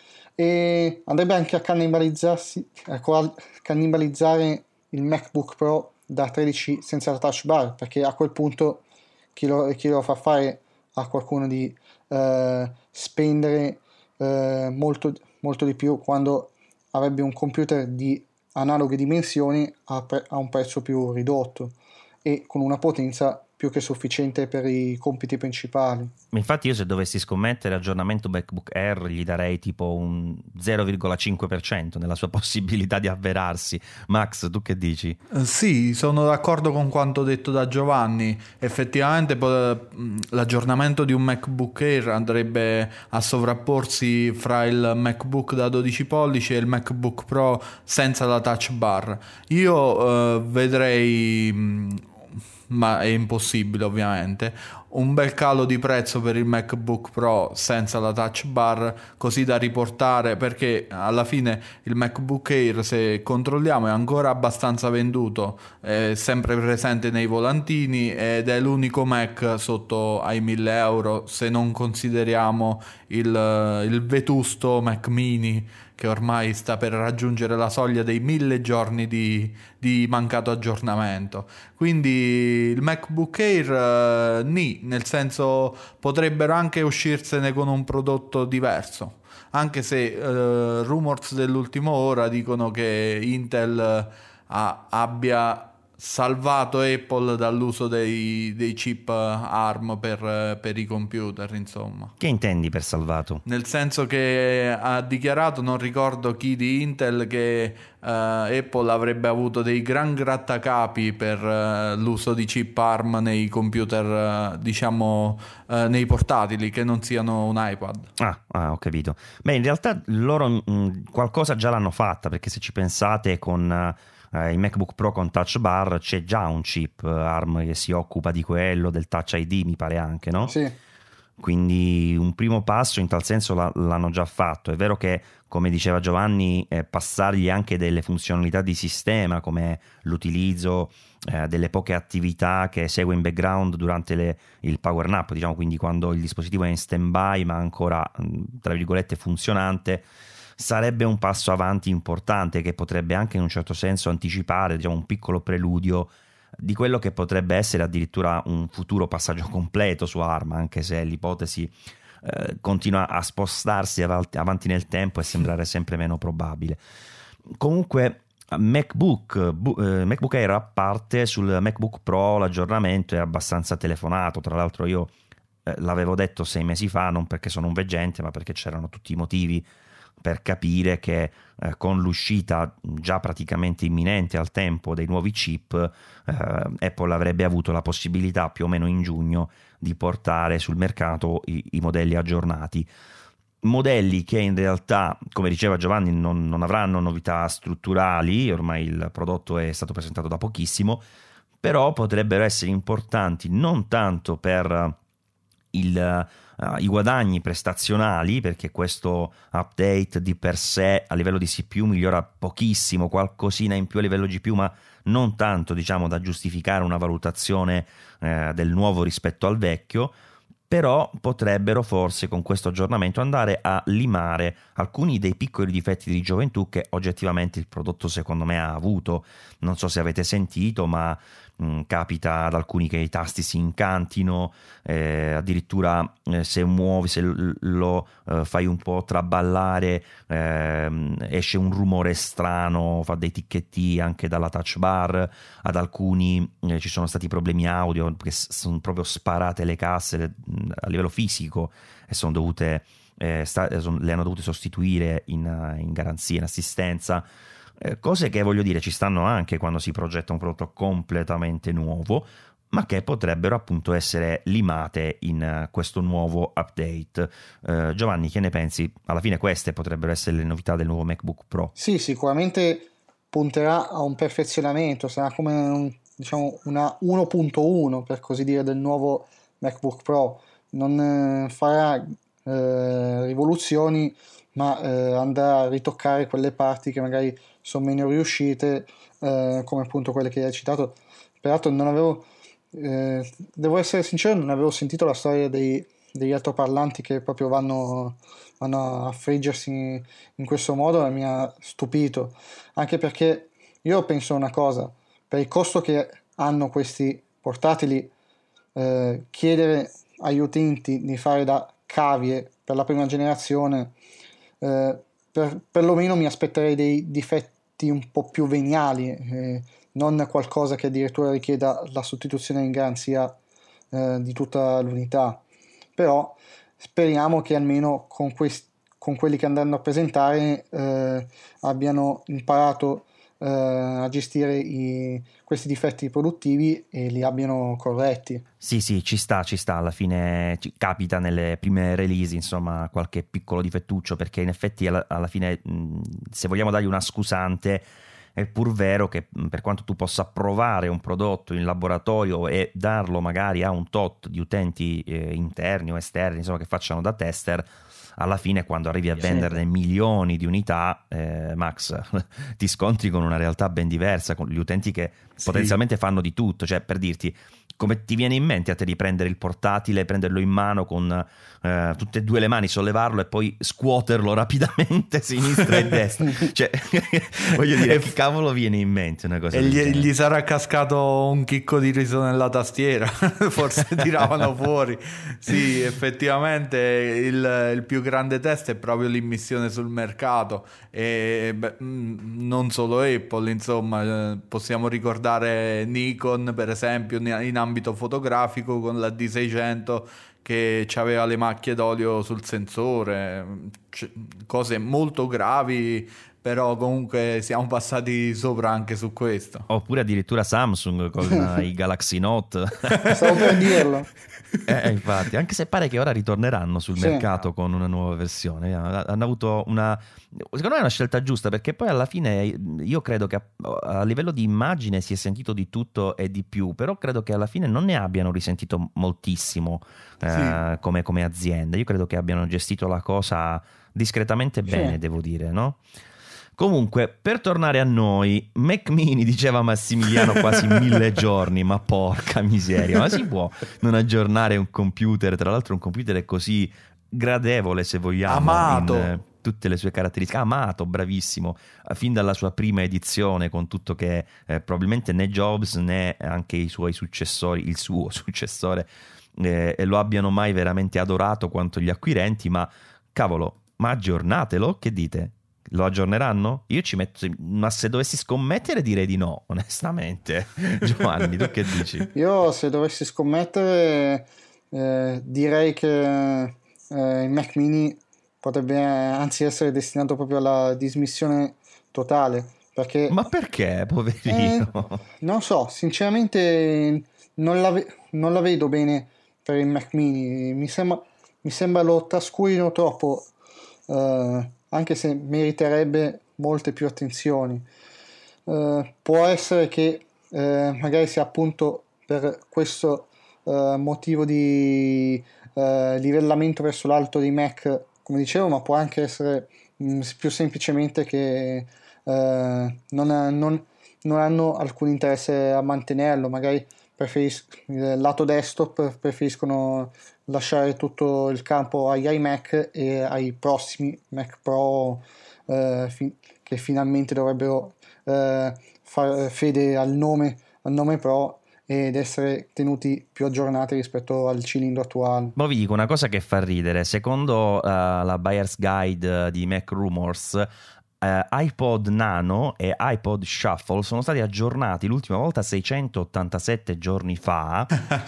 E andrebbe anche a cannibalizzarsi a cannibalizzare il MacBook Pro da tredici senza la touch bar, perché a quel punto chi lo, chi lo fa fare a qualcuno di eh, spendere eh, molto, molto di più quando avrebbe un computer di analoghe dimensioni a, pre- a un prezzo più ridotto e con una potenza più che sufficiente per i compiti principali. Infatti io, se dovessi scommettere aggiornamento MacBook Air, gli darei tipo un zero virgola cinque per cento nella sua possibilità di avverarsi. Max, tu che dici? Eh, sì, sono d'accordo con quanto detto da Giovanni. Effettivamente po- l'aggiornamento di un MacBook Air andrebbe a sovrapporsi fra il MacBook da dodici pollici e il MacBook Pro senza la touch bar. Io eh, vedrei mh, ma è impossibile ovviamente, un bel calo di prezzo per il MacBook Pro senza la touch bar, così da riportare, perché alla fine il MacBook Air, se controlliamo, è ancora abbastanza venduto, è sempre presente nei volantini ed è l'unico Mac sotto ai mille euro, se non consideriamo il, il vetusto Mac Mini che ormai sta per raggiungere la soglia dei mille giorni di, di mancato aggiornamento. Quindi il MacBook Air eh, ni, nel senso, potrebbero anche uscirsene con un prodotto diverso, anche se eh, rumors dell'ultima ora dicono che Intel eh, ha, abbia salvato Apple dall'uso dei, dei chip ARM per, per i computer, insomma. Che intendi per salvato? Nel senso che ha dichiarato, non ricordo chi di Intel, che uh, Apple avrebbe avuto dei gran grattacapi per uh, l'uso di chip ARM nei computer, uh, diciamo, uh, nei portatili che non siano un iPad. Ah, ah, ho capito. Beh, in realtà loro mh, qualcosa già l'hanno fatta, perché se ci pensate con... Uh, Eh, il MacBook Pro con touch bar c'è già un chip ARM che si occupa di quello, del Touch I D mi pare anche, no? Sì. quindi un primo passo in tal senso l'hanno già fatto. È vero che, come diceva Giovanni, eh, passargli anche delle funzionalità di sistema come l'utilizzo eh, delle poche attività che segue in background durante le, il power nap, diciamo, quindi quando il dispositivo è in stand by ma ancora tra virgolette funzionante, sarebbe un passo avanti importante che potrebbe anche in un certo senso anticipare, diciamo, un piccolo preludio di quello che potrebbe essere addirittura un futuro passaggio completo su ARM, anche se l'ipotesi eh, continua a spostarsi avanti, avanti nel tempo e sembrare sempre meno probabile. Comunque MacBook, bu, eh, MacBook Air a parte, sul MacBook Pro l'aggiornamento è abbastanza telefonato. Tra l'altro io eh, l'avevo detto sei mesi fa, non perché sono un veggente ma perché c'erano tutti i motivi per capire che eh, con l'uscita già praticamente imminente al tempo dei nuovi chip, eh, Apple avrebbe avuto la possibilità più o meno in giugno di portare sul mercato i, i modelli aggiornati. Modelli che in realtà, come diceva Giovanni, non, non avranno novità strutturali, ormai il prodotto è stato presentato da pochissimo, però potrebbero essere importanti non tanto per il Uh, i guadagni prestazionali, perché questo update di per sé a livello di C P U migliora pochissimo, qualcosina in più a livello G P U, ma non tanto, diciamo, da giustificare una valutazione eh, del nuovo rispetto al vecchio. Però potrebbero forse con questo aggiornamento andare a limare alcuni dei piccoli difetti di gioventù che oggettivamente il prodotto secondo me ha avuto. Non so se avete sentito, ma mh, capita ad alcuni che i tasti si incantino, eh, addirittura eh, se muovi, se l- lo eh, fai un po' traballare, eh, esce un rumore strano, fa dei ticchetti anche dalla touch bar. Ad alcuni eh, ci sono stati problemi audio perché s- sono proprio sparate le casse le, a livello fisico e sono dovute eh, sta, son, le hanno dovute sostituire in, in garanzia, in assistenza, eh, cose che voglio dire ci stanno anche quando si progetta un prodotto completamente nuovo, ma che potrebbero appunto essere limate in uh, questo nuovo update. uh, Giovanni, che ne pensi? Alla fine queste potrebbero essere le novità del nuovo MacBook Pro. Sì, sicuramente punterà a un perfezionamento, sarà come un, diciamo una uno punto uno per così dire del nuovo MacBook Pro. Non eh, farà eh, rivoluzioni, ma eh, andrà a ritoccare quelle parti che magari sono meno riuscite, eh, come appunto quelle che hai citato. Peraltro non avevo, eh, devo essere sincero, non avevo sentito la storia dei, degli altoparlanti che proprio vanno, vanno a friggersi in, in questo modo, e mi ha stupito, anche perché io penso una cosa: per il costo che hanno questi portatili, eh, chiedere agli utenti di fare da cavie per la prima generazione, eh, per, perlomeno mi aspetterei dei difetti un po' più veniali, eh, non qualcosa che addirittura richieda la sostituzione in garanzia eh, di tutta l'unità. Però speriamo che almeno con, questi, con quelli che andranno a presentare eh, abbiano imparato eh, a gestire i, questi difetti produttivi e li abbiano corretti. Sì, sì, ci sta, ci sta, alla fine ci capita nelle prime release, insomma, qualche piccolo difettuccio, perché in effetti alla, alla fine, mh, se vogliamo dargli una scusante, è pur vero che per quanto tu possa provare un prodotto in laboratorio e darlo magari a un tot di utenti eh, interni o esterni, insomma, che facciano da tester, alla fine quando arrivi a venderne milioni di unità, eh, Max, ti scontri con una realtà ben diversa, con gli utenti che sì. potenzialmente fanno di tutto. Cioè, per dirti, come ti viene in mente a te di prendere il portatile, prenderlo in mano con eh, tutte e due le mani, sollevarlo e poi scuoterlo rapidamente sinistra e destra? Cioè, voglio dire, che cavolo viene in mente una cosa e del gli, genere? gli sarà cascato un chicco di riso nella tastiera, forse tiravano fuori. Sì, effettivamente il, il più grande test è proprio l'immissione sul mercato, e beh, non solo Apple, insomma, possiamo ricordare Nikon per esempio in ambito fotografico con la D seicento che aveva le macchie d'olio sul sensore, cose molto gravi però comunque siamo passati sopra anche su questo. Oppure addirittura Samsung con i Galaxy Note. Stavo per dirlo. Eh, infatti, anche se pare che ora ritorneranno sul Sì. mercato con una nuova versione. Hanno avuto una, secondo me è una scelta giusta, perché poi alla fine io credo che a, a livello di immagine si è sentito di tutto e di più, però credo che alla fine non ne abbiano risentito moltissimo eh, Sì. come, come azienda. Io credo che abbiano gestito la cosa discretamente bene, Sì. devo dire, no? Comunque, per tornare a noi, Mac Mini, diceva Massimiliano, quasi mille giorni, ma porca miseria, ma si può non aggiornare un computer? Tra l'altro un computer è così gradevole, se vogliamo, Amato. in eh, tutte le sue caratteristiche, amato, bravissimo, eh, fin dalla sua prima edizione, con tutto che eh, probabilmente né Jobs né anche i suoi successori, il suo successore, eh, lo abbiano mai veramente adorato quanto gli acquirenti, ma cavolo, ma aggiornatelo, che dite? Lo aggiorneranno? Io ci metto, ma se dovessi scommettere direi di no, onestamente. Giovanni, tu che dici? Io se dovessi scommettere eh, direi che eh, il Mac Mini potrebbe anzi essere destinato proprio alla dismissione totale, perché Ma perché, eh, poverino? non so, sinceramente non la, ve- non la vedo bene per il Mac Mini, mi sembra, mi sembra lo trascurino troppo, eh, anche se meriterebbe molte più attenzioni. Eh, può essere che eh, magari sia appunto per questo eh, motivo di eh, livellamento verso l'alto dei Mac, come dicevo, ma può anche essere mh, più semplicemente che eh, non, non- non hanno alcun interesse a mantenerlo, magari preferis- il lato desktop preferiscono lasciare tutto il campo agli iMac e ai prossimi Mac Pro eh, fi- che finalmente dovrebbero eh, fare fede al nome, al nome Pro ed essere tenuti più aggiornati rispetto al cilindro attuale. Ma vi dico una cosa che fa ridere. Secondo uh, la Buyer's Guide di Mac Rumors, uh, iPod Nano e iPod Shuffle sono stati aggiornati l'ultima volta seicentottantasette giorni fa,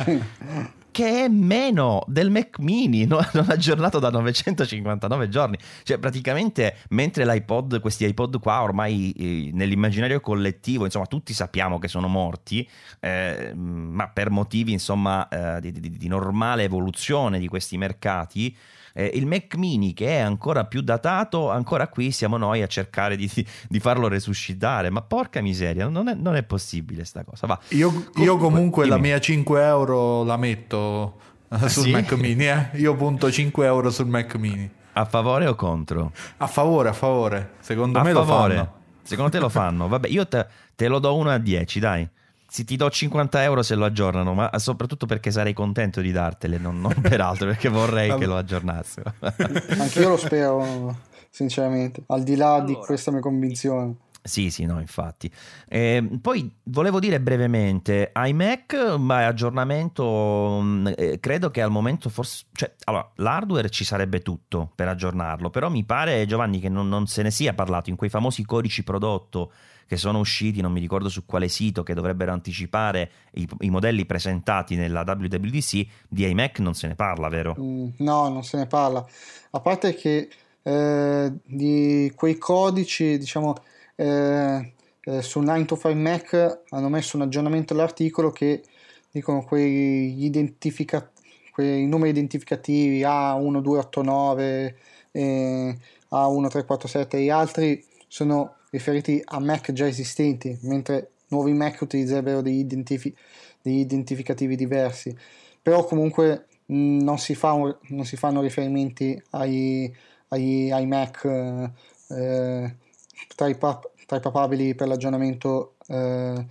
che è meno del Mac Mini, no? Non aggiornato da novecentocinquantanove giorni. Cioè praticamente, mentre l'iPod, questi iPod qua ormai eh, nell'immaginario collettivo, insomma, tutti sappiamo che sono morti, eh, ma per motivi insomma eh, di, di, di normale evoluzione di questi mercati, eh, il Mac Mini, che è ancora più datato, ancora qui siamo noi a cercare di, di farlo resuscitare. Ma porca miseria, non è, non è possibile sta cosa. Va. Io, io comunque dimmi. la mia cinque euro la metto eh, sul sì? Mac Mini, eh? Io punto cinque euro sul Mac Mini. A favore o contro? A favore, a favore. Secondo A me favore. lo fanno. Secondo te lo fanno? Vabbè, io te, te lo do uno a dieci, dai. Sì, ti do cinquanta euro se lo aggiornano, ma soprattutto perché sarei contento di dartele, non, non per altro, perché vorrei Vabbè. che lo aggiornassero. Anche io lo spero, sinceramente, al di là di Allora. questa mia convinzione. Sì, sì, no, infatti. Eh, poi volevo dire brevemente, iMac, ma aggiornamento, mh, eh, credo che al momento forse, cioè, allora, l'hardware ci sarebbe tutto per aggiornarlo, però mi pare, Giovanni, che non, non se ne sia parlato in quei famosi codici prodotto che sono usciti, non mi ricordo su quale sito, che dovrebbero anticipare i, i modelli presentati nella W W D C, di iMac non se ne parla, vero? Mm, no, non se ne parla. A parte che eh, di quei codici, diciamo, eh, eh, su nine to five Mac hanno messo un aggiornamento all'articolo che dicono quei, identifica- quei numeri identificativi A uno due otto nove, eh, A uno tre quattro sette e gli altri sono riferiti a Mac già esistenti, mentre nuovi Mac utilizzerebbero degli, identifi- degli identificativi diversi. Però comunque mh, non si fa un- non si fanno riferimenti ai, ai, ai Mac eh, eh, tra i, pap- tra i papabili per l'aggiornamento eh,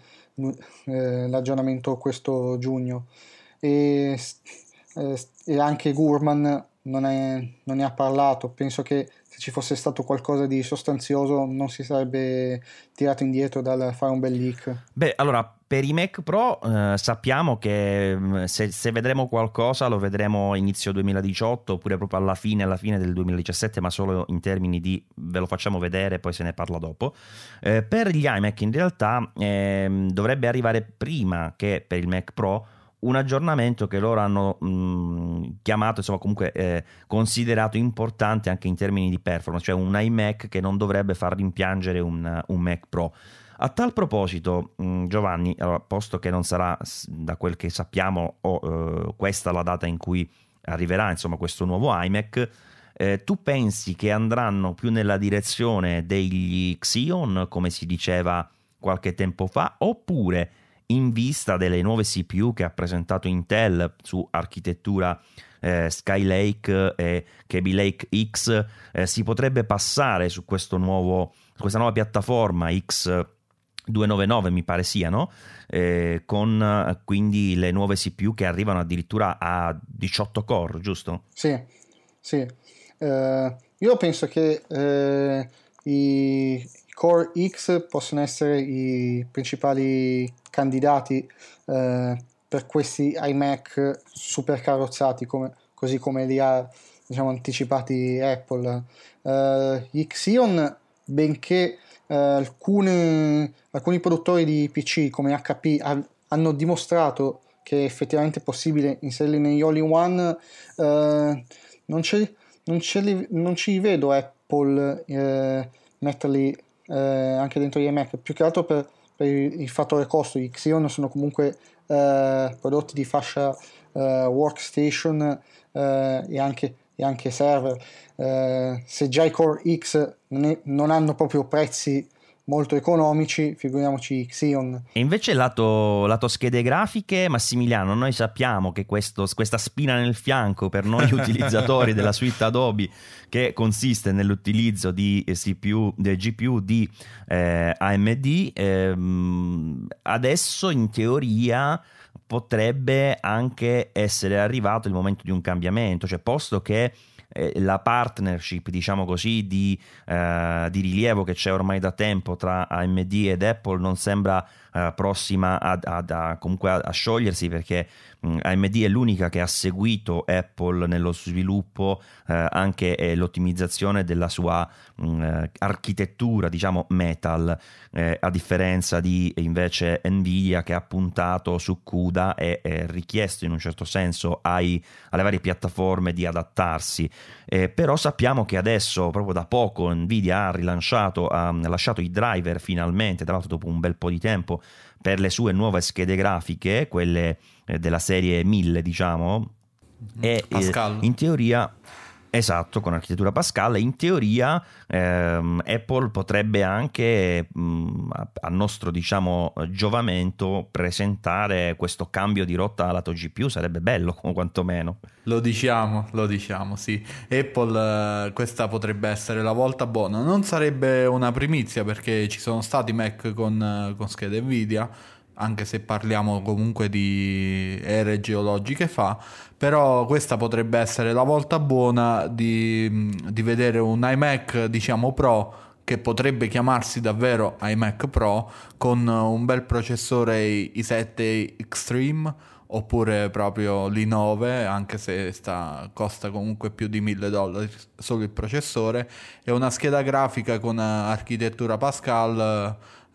eh, l'aggiornamento questo giugno e, eh, e anche Gurman non, è, non ne ha parlato. Penso che se ci fosse stato qualcosa di sostanzioso non si sarebbe tirato indietro dal fare un bel leak. Beh, allora, per i Mac Pro eh, sappiamo che mh, se, se vedremo qualcosa lo vedremo inizio duemiladiciotto oppure proprio alla fine, alla fine del duemiladiciassette, ma solo in termini di ve lo facciamo vedere, poi se ne parla dopo. Eh, per gli iMac in realtà ehm, dovrebbe arrivare prima che per il Mac Pro un aggiornamento che loro hanno mh, chiamato, insomma comunque eh, considerato importante anche in termini di performance, cioè un iMac che non dovrebbe far rimpiangere un, un Mac Pro. A tal proposito, mh, Giovanni, allora, posto che non sarà, da quel che sappiamo, o eh, questa la data in cui arriverà insomma questo nuovo iMac, eh, tu pensi che andranno più nella direzione degli Xeon, come si diceva qualche tempo fa, oppure in vista delle nuove C P U che ha presentato Intel su architettura eh, Skylake e Kaby Lake X, eh, si potrebbe passare su questo nuovo, questa nuova piattaforma X duecentonovantanove mi pare siano, eh, con eh, quindi le nuove C P U che arrivano addirittura a diciotto core, giusto? Sì, sì. Uh, io penso che uh, i Core X possono essere i principali candidati uh, per questi iMac super carrozzati, come, così come li ha, diciamo, anticipati Apple. Uh, gli Xeon, benché uh, alcune, alcuni produttori di P C come H P ha, hanno dimostrato che è effettivamente possibile inserirli negli all-in-one, uh, non c'è Non, ce li, non ci vedo Apple eh, metterli eh, anche dentro gli iMac, più che altro per, per il fattore costo. Gli Xeon sono comunque eh, prodotti di fascia eh, workstation eh, e, anche, e anche server. Eh, se già i Core X non, è, non hanno proprio prezzi molto economici, figuriamoci Xeon. E invece lato, lato schede grafiche, Massimiliano, noi sappiamo che questo, questa spina nel fianco per noi utilizzatori della suite Adobe, che consiste nell'utilizzo di C P U, di G P U di eh, A M D, ehm, adesso in teoria potrebbe anche essere arrivato il momento di un cambiamento, cioè posto che la partnership, diciamo così, di, eh, di rilievo che c'è ormai da tempo tra A M D ed Apple non sembra eh, prossima a, a, a, comunque a, a sciogliersi, perché mh, A M D è l'unica che ha seguito Apple nello sviluppo eh, anche e l'ottimizzazione della sua mh, architettura, diciamo Metal, eh, a differenza di invece Nvidia, che ha puntato su CUDA e è richiesto in un certo senso ai, alle varie piattaforme di adattarsi. Eh, però sappiamo che adesso, proprio da poco, Nvidia ha rilanciato, ha lasciato i driver finalmente, tra l'altro dopo un bel po' di tempo, per le sue nuove schede grafiche, quelle eh, della serie mille, diciamo, e eh, in teoria, esatto, con architettura Pascal, in teoria ehm, Apple potrebbe anche mh, a nostro, diciamo, giovamento presentare questo cambio di rotta lato G P U. Sarebbe bello, quantomeno. Lo diciamo, lo diciamo, sì. Apple, eh, questa potrebbe essere la volta buona. Non sarebbe una primizia, perché ci sono stati Mac con, con schede Nvidia, anche se parliamo comunque di ere geologiche fa, però questa potrebbe essere la volta buona di, di vedere un iMac, diciamo, Pro, che potrebbe chiamarsi davvero iMac Pro, con un bel processore i sette Extreme, oppure proprio l'i nove, anche se sta, costa comunque più di mille dollari solo il processore, e una scheda grafica con architettura Pascal, Uh,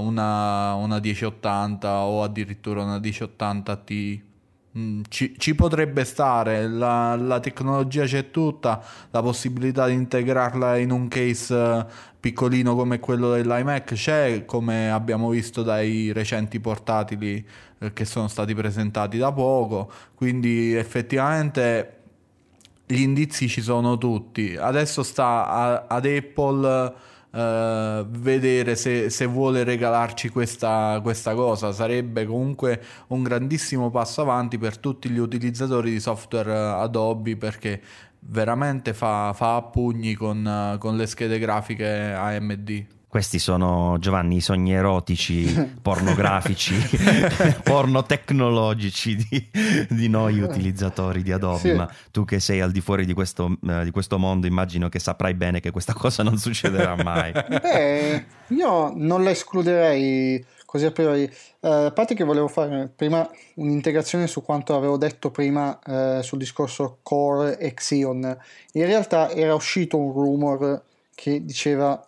una, una dieci ottanta o addirittura una dieci ottanta Ti. Mm, ci, ci potrebbe stare, la, la tecnologia c'è tutta, la possibilità di integrarla in un case uh, piccolino come quello dell'iMac c'è, come abbiamo visto dai recenti portatili uh, che sono stati presentati da poco, quindi effettivamente gli indizi ci sono tutti. Adesso sta a, ad Apple Uh, vedere se, se vuole regalarci questa, questa cosa. Sarebbe comunque un grandissimo passo avanti per tutti gli utilizzatori di software Adobe, perché veramente fa, fa a pugni con, con le schede grafiche A M D. Questi sono, Giovanni, i sogni erotici, pornografici, porno tecnologici di, di noi utilizzatori di Adobe. Sì. Ma tu che sei al di fuori di questo, uh, di questo mondo, immagino che saprai bene che questa cosa non succederà mai. Beh, io non la escluderei così a priori. Uh, a parte che volevo fare prima un'integrazione su quanto avevo detto prima uh, sul discorso Core e Xeon. In realtà era uscito un rumor che diceva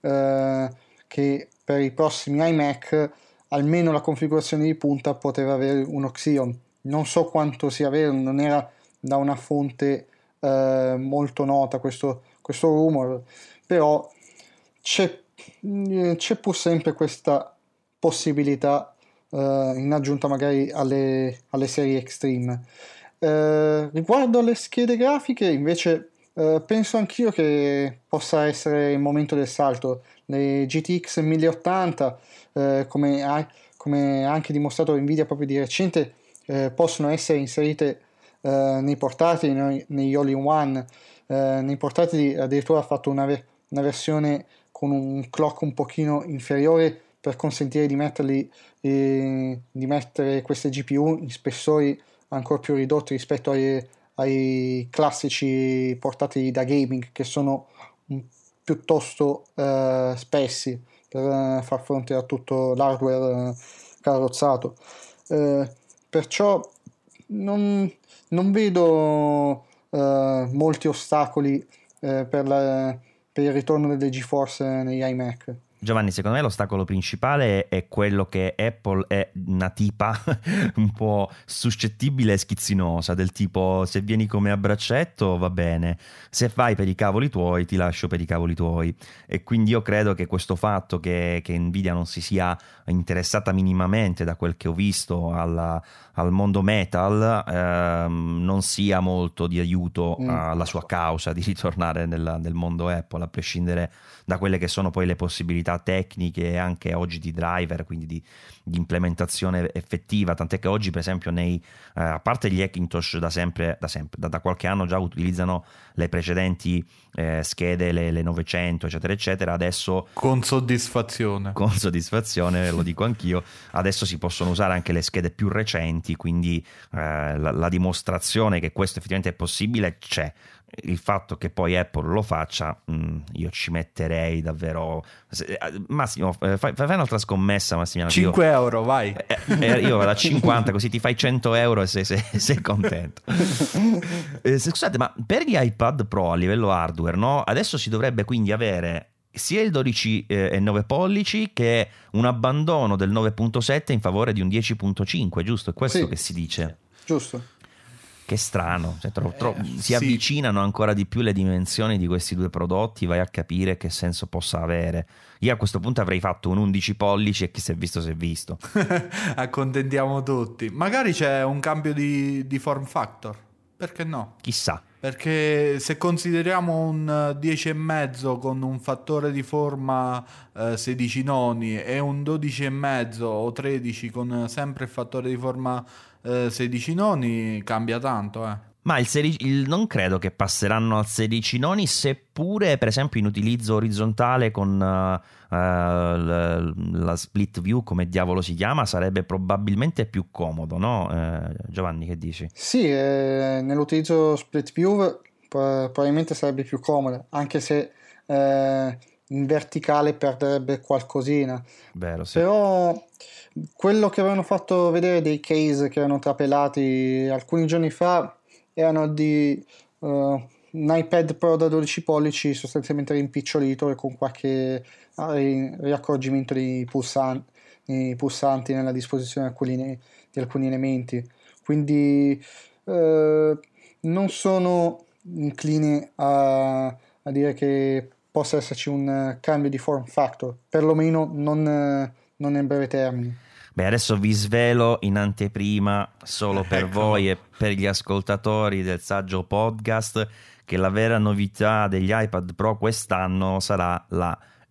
Uh, che per i prossimi iMac almeno la configurazione di punta poteva avere uno Xeon. non so quanto sia vero, non era da una fonte eh, molto nota questo, questo rumor, però c'è, c'è pur sempre questa possibilità eh, in aggiunta magari alle, alle serie Extreme. Eh, riguardo alle schede grafiche invece eh, penso anch'io che possa essere il momento del salto. Le G T X mille ottanta eh, come, ha, come ha anche dimostrato Nvidia proprio di recente eh, possono essere inserite eh, nei portatili, nei, negli all-in-one, eh, nei portatili addirittura ha fatto una, una versione con un clock un pochino inferiore per consentire di metterli eh, di mettere queste G P U in spessori ancora più ridotti rispetto ai, ai classici portatili da gaming, che sono un, piuttosto eh, spessi per eh, far fronte a tutto l'hardware eh, carrozzato. Eh, perciò non, non vedo eh, molti ostacoli eh, per, la, per il ritorno delle GeForce negli iMac. Giovanni, secondo me l'ostacolo principale è quello che Apple è una tipa un po' suscettibile e schizzinosa, del tipo: se vieni come a braccetto va bene, se fai per i cavoli tuoi ti lascio per i cavoli tuoi. E quindi io credo che questo fatto che, che Nvidia non si sia interessata minimamente, da quel che ho visto, alla, al mondo metal ehm, non sia molto di aiuto mm. alla sua causa di ritornare nel, nel mondo Apple, a prescindere da quelle che sono poi le possibilità tecniche e anche oggi di driver, quindi di, di implementazione effettiva. Tant'è che oggi per esempio nei eh, a parte gli Hackintosh da sempre da sempre da, da qualche anno già utilizzano le precedenti eh, schede, le, le novecento eccetera eccetera. Adesso con soddisfazione con soddisfazione lo dico anch'io, adesso si possono usare anche le schede più recenti, quindi eh, la, la dimostrazione che questo effettivamente è possibile c'è. Il fatto che poi Apple lo faccia, mh, io ci metterei davvero. Massimo, fai, fai un'altra scommessa, Massimiliano. cinque euro, vai. Eh, eh, io vado a cinquanta, così ti fai cento euro e sei, sei, sei contento. eh, scusate, ma per gli iPad Pro a livello hardware, no? Adesso si dovrebbe quindi avere sia il dodici e nove pollici che un abbandono del nove virgola sette in favore di un dieci virgola cinque, giusto? È questo sì, che si dice. Giusto. Che strano, cioè, tro, tro, eh, si sì. avvicinano ancora di più le dimensioni di questi due prodotti, vai a capire che senso possa avere. Io a questo punto avrei fatto un undici pollici e chi si è visto si è visto. Accontentiamo tutti. Magari c'è un cambio di, di form factor, perché no? Chissà. Perché se consideriamo un dieci e mezzo con un fattore di forma eh, sedici noni e un dodici e mezzo o tredici con sempre il fattore di forma eh, sedici noni, cambia tanto, eh. Ma il sedici, il, non credo che passeranno al sedici noni, seppure per esempio in utilizzo orizzontale con uh, uh, la, la split view, come diavolo si chiama, sarebbe probabilmente più comodo, no? Eh, Giovanni, che dici? Sì, eh, nell'utilizzo split view probabilmente sarebbe più comodo, anche se eh, in verticale perderebbe qualcosina. Vero, sì. Però quello che avevano fatto vedere dei case che erano trapelati alcuni giorni fa erano di uh, un iPad Pro da dodici pollici sostanzialmente rimpicciolito e con qualche riaccorgimento dei pulsanti, dei pulsanti nella disposizione di alcuni, di alcuni elementi. Quindi uh, non sono incline a, a dire che possa esserci un cambio di form factor, perlomeno non, non nel breve termine. Beh, adesso vi svelo in anteprima, solo per ecco. voi e per gli ascoltatori del Saggio Podcast, che la vera novità degli iPad Pro quest'anno sarà la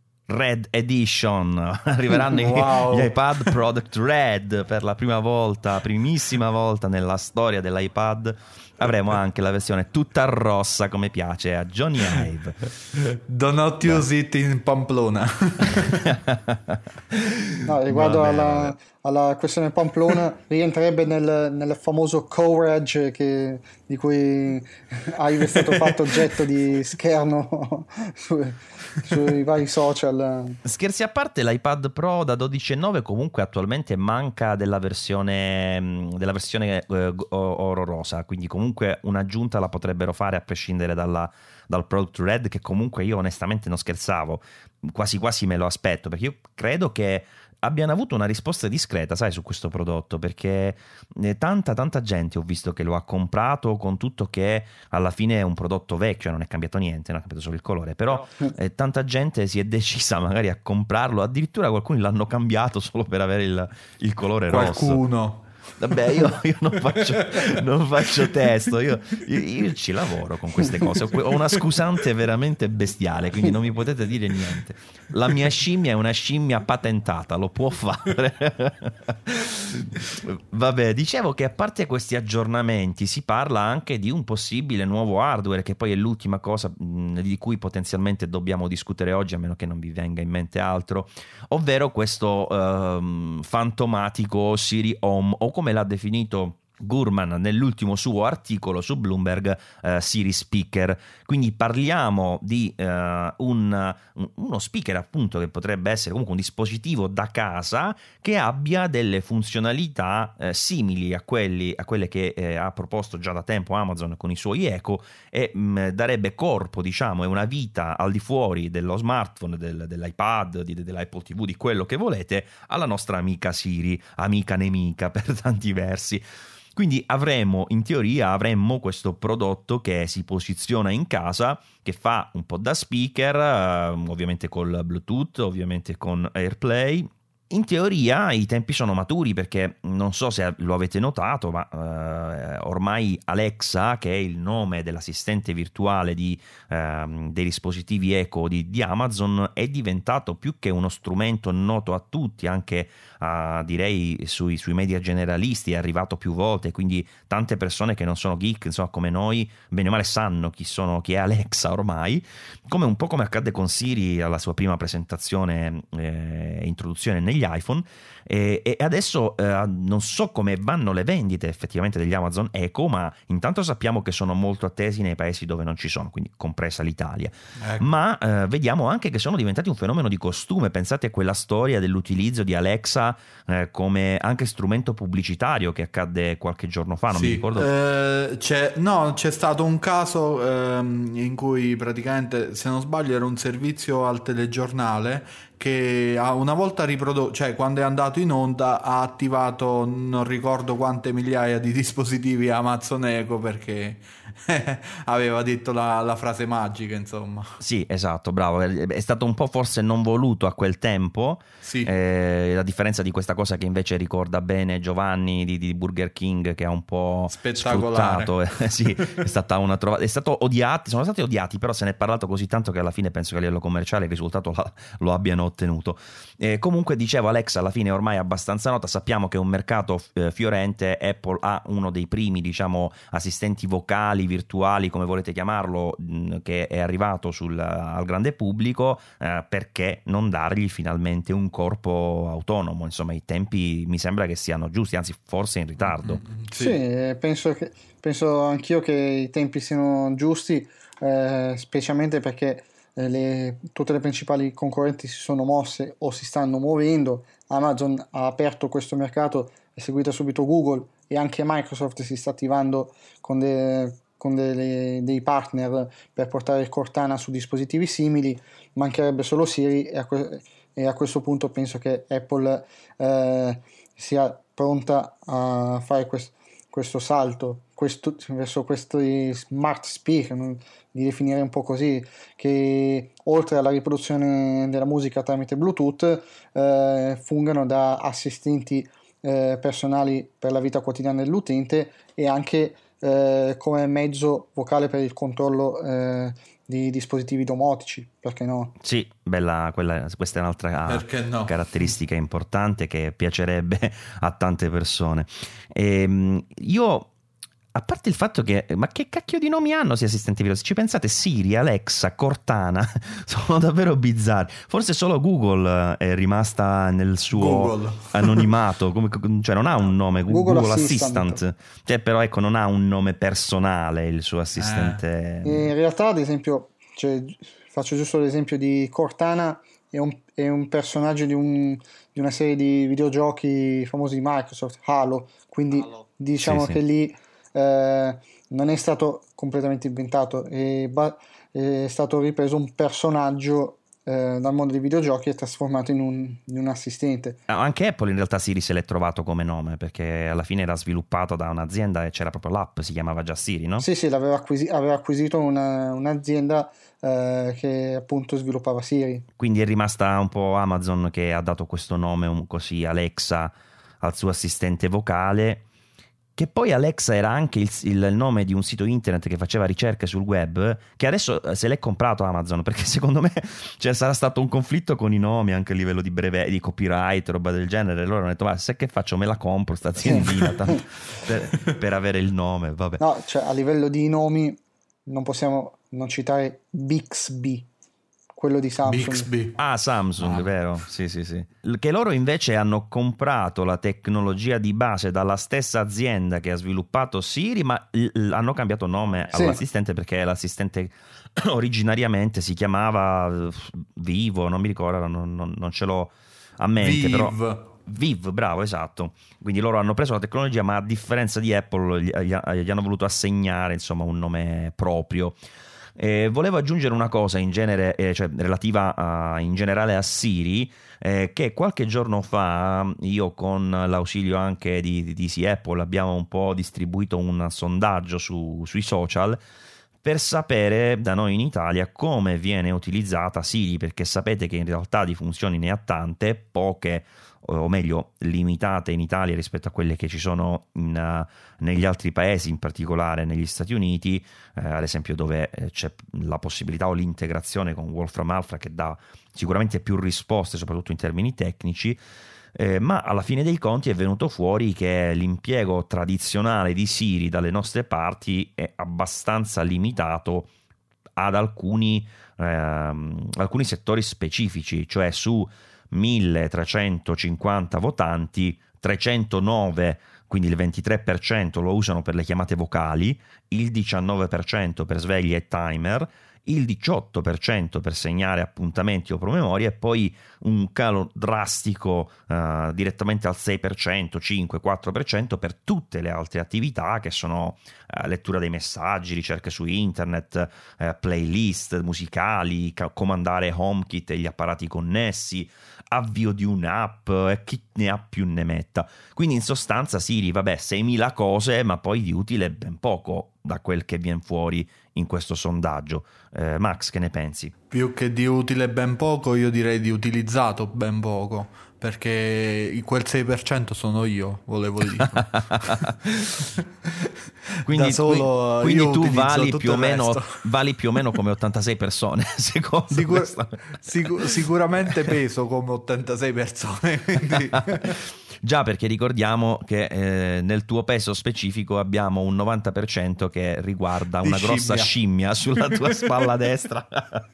Red Edition. Arriveranno wow. gli iPad Product Red per la prima volta, primissima volta nella storia dell'iPad. Avremo anche la versione tutta rossa come piace a Johnny Ive. Do not use it in Pamplona. No, riguardo vabbè, alla, vabbè. alla questione Pamplona, rientrerebbe nel, nel famoso coverage che, di cui Ive è stato fatto oggetto di scherno su, sui vari social. Scherzi a parte, l'iPad Pro da dodici e nove comunque attualmente manca della versione della versione eh, oro rosa, quindi comunque un'aggiunta la potrebbero fare a prescindere dalla, dal Product Red, che comunque io onestamente non scherzavo, quasi quasi me lo aspetto, perché io credo che abbiano avuto una risposta discreta, sai, su questo prodotto, perché eh, tanta tanta gente ho visto che lo ha comprato, con tutto che alla fine è un prodotto vecchio, non è cambiato niente, non è cambiato solo il colore, però eh, tanta gente si è decisa magari a comprarlo, addirittura alcuni l'hanno cambiato solo per avere il, il colore rosso. Qualcuno. Vabbè, io, io non, faccio, non faccio testo, io, io, io ci lavoro con queste cose. Ho una scusante veramente bestiale, quindi non mi potete dire niente. La mia scimmia è una scimmia patentata, lo può fare. Vabbè, dicevo che a parte questi aggiornamenti si parla anche di un possibile nuovo hardware, che poi è l'ultima cosa mh, di cui potenzialmente dobbiamo discutere oggi, a meno che non vi venga in mente altro, ovvero questo ehm, fantomatico Siri Home, o come l'ha definito Gurman nell'ultimo suo articolo su Bloomberg, uh, Siri Speaker. Quindi parliamo di uh, un, uno speaker, appunto, che potrebbe essere comunque un dispositivo da casa che abbia delle funzionalità uh, simili a, quelli, a quelle che uh, ha proposto già da tempo Amazon con i suoi Echo, e mh, darebbe corpo, diciamo, e una vita al di fuori dello smartphone, del, dell'iPad, di, dell'Apple ti vu, di quello che volete, alla nostra amica Siri, amica nemica per tanti versi. Quindi avremo, in teoria, avremmo questo prodotto che si posiziona in casa, che fa un po' da speaker, ovviamente col Bluetooth, ovviamente con AirPlay. In teoria i tempi sono maturi, perché non so se lo avete notato, ma eh, ormai Alexa, che è il nome dell'assistente virtuale di, eh, dei dispositivi Echo di, di Amazon, è diventato più che uno strumento noto a tutti, anche a, direi sui, sui media generalisti, è arrivato più volte, quindi tante persone che non sono geek, insomma, come noi, bene o male sanno chi, sono, chi è Alexa ormai, come un po' come accadde con Siri alla sua prima presentazione e eh, introduzione negli iPhone, e, e adesso eh, non so come vanno le vendite effettivamente degli Amazon Echo, ma intanto sappiamo che sono molto attesi nei paesi dove non ci sono, quindi compresa l'Italia. Ecco. Ma eh, vediamo anche che sono diventati un fenomeno di costume. Pensate a quella storia dell'utilizzo di Alexa eh, come anche strumento pubblicitario che accadde qualche giorno fa, non sì, mi ricordo. Eh, c'è, no, c'è stato un caso ehm, in cui praticamente, se non sbaglio, era un servizio al telegiornale che una volta riprodotto, cioè quando è andato in onda, ha attivato non ricordo quante migliaia di dispositivi Amazon Echo, perché aveva detto la, la frase magica, insomma. Sì, esatto, bravo. È stato un po' forse non voluto a quel tempo, sì. eh, a differenza di questa cosa che invece ricorda bene Giovanni di, di Burger King, che ha un po' sfruttato. Eh, sì, è stata una trovata, è stato odiato, sono stati odiati, però se ne è parlato così tanto che alla fine penso che a livello commerciale il risultato la, lo abbiano ottenuto. Eh, comunque dicevo, Alexa alla fine ormai è abbastanza nota, sappiamo che è un mercato eh, fiorente. Apple ha uno dei primi, diciamo, assistenti vocali, virtuali, come volete chiamarlo, mh, che è arrivato sul, al grande pubblico, eh, perché non dargli finalmente un corpo autonomo? Insomma, i tempi mi sembra che siano giusti, anzi forse in ritardo. Sì, sì, penso, che, penso anch'io che i tempi siano giusti, eh, specialmente perché Le, tutte le principali concorrenti si sono mosse o si stanno muovendo. Amazon ha aperto questo mercato, è seguita subito Google, e anche Microsoft si sta attivando con, de, con delle, dei partner per portare il Cortana su dispositivi simili. Mancherebbe solo Siri, e a, e a questo punto penso che Apple eh, sia pronta a fare questo questo salto questo, verso questi smart speaker, non, di definire un po' così, che oltre alla riproduzione della musica tramite Bluetooth eh, fungano da assistenti eh, personali per la vita quotidiana dell'utente, e anche eh, come mezzo vocale per il controllo eh, di dispositivi domotici, perché no? Sì, bella, quella, questa è un'altra no? caratteristica importante che piacerebbe a tante persone. E, io, a parte il fatto che, ma che cacchio di nomi hanno questi assistenti virtuali? Se ci pensate, Siri, Alexa, Cortana, sono davvero bizzarri. Forse solo Google è rimasta nel suo Google. anonimato, come, cioè non ha un nome, Google, Google Assistant, Assistant. Cioè, però ecco, non ha un nome personale il suo assistente. Eh. In realtà, ad esempio, cioè, faccio giusto l'esempio di Cortana, è un, è un personaggio di, un, di una serie di videogiochi famosi di Microsoft, Halo, quindi Halo. diciamo sì, che sì. lì Eh, non è stato completamente inventato, è, ba- è stato ripreso un personaggio eh, dal mondo dei videogiochi e trasformato in un, in un assistente. Anche Apple in realtà Siri se l'è trovato come nome, perché alla fine era sviluppato da un'azienda e c'era proprio l'app, si chiamava già Siri, no? Sì, sì, l'aveva acquisi- aveva acquisito una- un'azienda eh, che appunto sviluppava Siri. Quindi è rimasta un po' Amazon che ha dato questo nome un- così Alexa al suo assistente vocale, che poi Alexa era anche il, il nome di un sito internet che faceva ricerche sul web, che adesso se l'è comprato Amazon, perché secondo me cioè, sarà stato un conflitto con i nomi anche a livello di brevetti, di copyright, roba del genere. Loro hanno detto, ma sai che faccio, me la compro sta aziendina tanto per, per avere il nome, vabbè. No, cioè a livello di nomi non possiamo non citare Bixby, quello di Samsung. Bixby. Ah, Samsung, Ah. vero? Sì, sì, sì. Che loro invece hanno comprato la tecnologia di base dalla stessa azienda che ha sviluppato Siri, ma l- l- hanno cambiato nome Sì. all'assistente perché l'assistente originariamente si chiamava eh, Vivo, non mi ricordo, non, non- non ce l'ho a mente, però Viv. Viv, bravo, esatto. Quindi loro hanno preso la tecnologia, ma a differenza di Apple gli, gli- gli hanno voluto assegnare insomma un nome proprio. Eh, volevo aggiungere una cosa in genere, eh, cioè relativa a- in generale a Siri, eh, che qualche giorno fa io con l'ausilio anche di, di D C Apple abbiamo un po' distribuito un sondaggio su- sui social per sapere da noi in Italia come viene utilizzata Siri, perché sapete che in realtà di funzioni ne ha tante, poche o meglio limitate in Italia rispetto a quelle che ci sono in, uh, negli altri paesi, in particolare negli Stati Uniti, eh, ad esempio dove eh, c'è la possibilità o l'integrazione con Wolfram Alpha che dà sicuramente più risposte soprattutto in termini tecnici. Eh, ma alla fine dei conti è venuto fuori che l'impiego tradizionale di Siri dalle nostre parti è abbastanza limitato ad alcuni, ehm, alcuni settori specifici, cioè su milletrecentocinquanta votanti, trecentonove, quindi il ventitré per cento lo usano per le chiamate vocali, il diciannove per cento per sveglie e timer, il diciotto per cento per segnare appuntamenti o promemoria e poi un calo drastico eh, direttamente al sei per cento, cinque quattro per cento per tutte le altre attività che sono eh, lettura dei messaggi, ricerche su internet, eh, playlist musicali, ca- comandare HomeKit e gli apparati connessi, avvio di un'app e chi ne ha più ne metta. Quindi in sostanza Siri, vabbè, seimila cose, ma poi di utile ben poco da quel che viene fuori in questo sondaggio. Eh, Max, che ne pensi? Più che di utile ben poco, io direi di utilizzato ben poco, perché quel sei per cento sono io, volevo dire. Quindi, Da solo quindi io tu utilizzo vali tutto più, o il meno, resto. vali più o meno come ottantasei persone, secondo Sicur- questa- sicu- sicuramente peso come ottantasei persone, quindi... Già, perché ricordiamo che eh, nel tuo peso specifico abbiamo un novanta per cento che riguarda Di una grossa scimmia sulla tua spalla destra.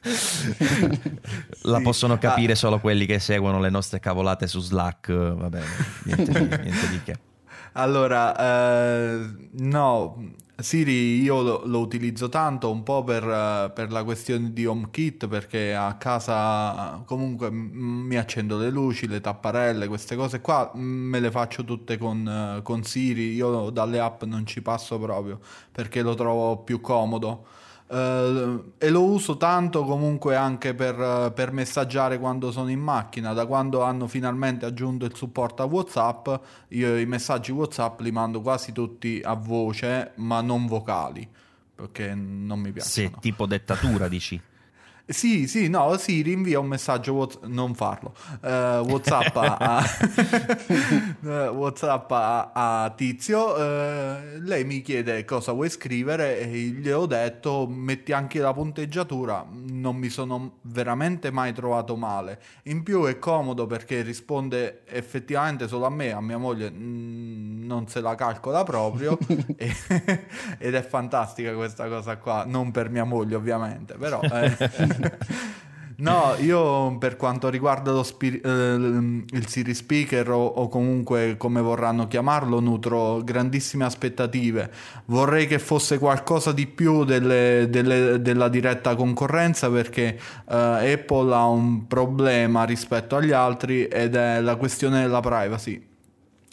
La Sì. possono capire Ah. solo quelli che seguono le nostre cavolate su Slack. Va bene, niente di, niente di che. Allora, eh, no, Siri io lo, lo utilizzo tanto un po' per, eh, per la questione di HomeKit, perché a casa comunque m- mi accendo le luci, le tapparelle, queste cose qua m- me le faccio tutte con, eh, con Siri. Io dalle app non ci passo proprio perché lo trovo più comodo. Eh, e lo uso tanto comunque anche per, per messaggiare quando sono in macchina. Da quando hanno finalmente aggiunto il supporto a WhatsApp, io i messaggi WhatsApp li mando quasi tutti a voce, ma non vocali, perché non mi Se piacciono. tipo dettatura dici. Sì, sì, no, sì, rinvia un messaggio Whats- non farlo. Eh, WhatsApp a, a- eh, WhatsApp a, a Tizio, eh, lei mi chiede cosa vuoi scrivere e gli ho detto metti anche la punteggiatura, non mi sono veramente mai trovato male. In più è comodo perché risponde effettivamente solo a me, a mia moglie mm, non se la calcola proprio e- ed è fantastica questa cosa qua, non per mia moglie ovviamente, però... eh. No, io per quanto riguarda lo spi- eh, il Siri Speaker o, o comunque come vorranno chiamarlo, nutro grandissime aspettative. Vorrei che fosse qualcosa di più delle- delle- della diretta concorrenza, perché eh, Apple ha un problema rispetto agli altri ed è la questione della privacy.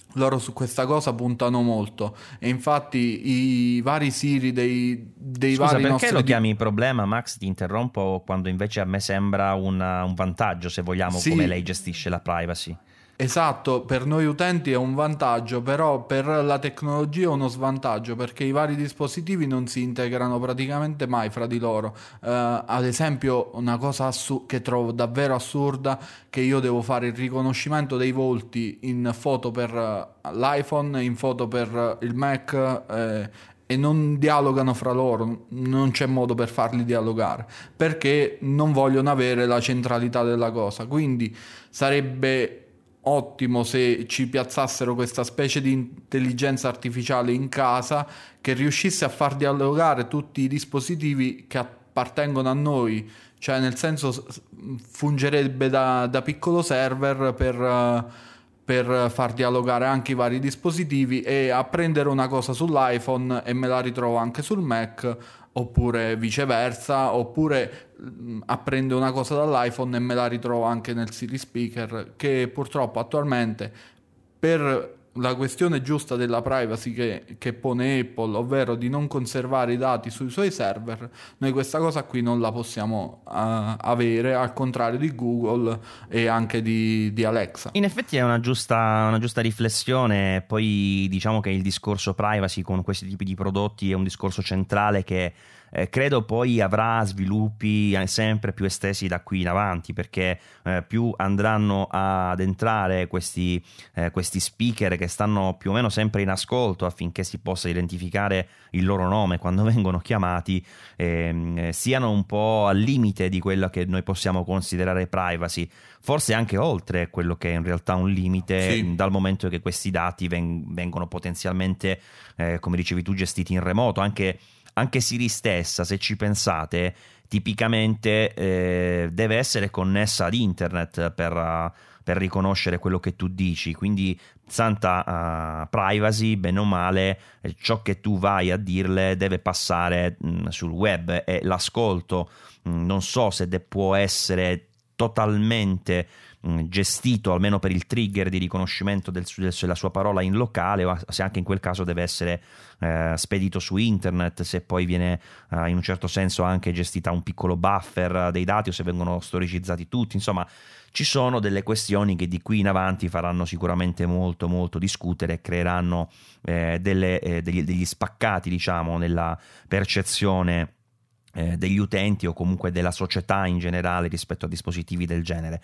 loro su questa cosa puntano molto, e infatti i vari Siri dei, dei Scusa, vari perché nostri lo di- chiami problema, Max? Ti interrompo, quando invece a me sembra una- un vantaggio, se vogliamo, Sì. come lei gestisce la privacy. Esatto, per noi utenti è un vantaggio, però per la tecnologia è uno svantaggio, perché i vari dispositivi non si integrano praticamente mai fra di loro. Eh, ad esempio, una cosa assu- che trovo davvero assurda, che io devo fare il riconoscimento dei volti in foto per eh, l'iPhone, in foto per il Mac, eh, e non dialogano fra loro, non c'è modo per farli dialogare, perché non vogliono avere la centralità della cosa. Quindi sarebbe ottimo se ci piazzassero questa specie di intelligenza artificiale in casa che riuscisse a far dialogare tutti i dispositivi che appartengono a noi, cioè nel senso s- fungerebbe da, da piccolo server per, eh, per far dialogare anche i vari dispositivi, e apprendere una cosa sull'iPhone e me la ritrovo anche sul Mac, oppure viceversa, oppure mh, apprendo una cosa dall'iPhone e me la ritrovo anche nel Siri Speaker, che purtroppo attualmente, per la questione giusta della privacy che, che pone Apple, ovvero di non conservare i dati sui suoi server, noi questa cosa qui non la possiamo uh, avere, al contrario di Google e anche di, di Alexa. In effetti è una giusta, una giusta riflessione. Poi diciamo che il discorso privacy con questi tipi di prodotti è un discorso centrale che eh, credo poi avrà sviluppi eh, sempre più estesi da qui in avanti, perché eh, più andranno ad entrare questi, eh, questi speaker che stanno più o meno sempre in ascolto affinché si possa identificare il loro nome quando vengono chiamati, ehm, eh, siano un po' al limite di quello che noi possiamo considerare privacy, forse anche oltre quello che è in realtà un limite, Sì. dal momento che questi dati ven- vengono potenzialmente, eh, come dicevi tu, gestiti in remoto. Anche, anche Siri stessa, se ci pensate, tipicamente eh, deve essere connessa ad internet per, uh, per riconoscere quello che tu dici, quindi santa uh, privacy, bene o male, eh, ciò che tu vai a dirle deve passare mh, sul web, e l'ascolto mh, non so se de- può essere totalmente mh, gestito, almeno per il trigger di riconoscimento del, del, della sua parola in locale, o se anche in quel caso deve essere eh, spedito su internet, se poi viene eh, in un certo senso anche gestita un piccolo buffer dei dati, o se vengono storicizzati tutti. Insomma, ci sono delle questioni che di qui in avanti faranno sicuramente molto molto discutere e creeranno eh, delle, eh, degli, degli spaccati, diciamo, nella percezione Eh, degli utenti o comunque della società in generale rispetto a dispositivi del genere.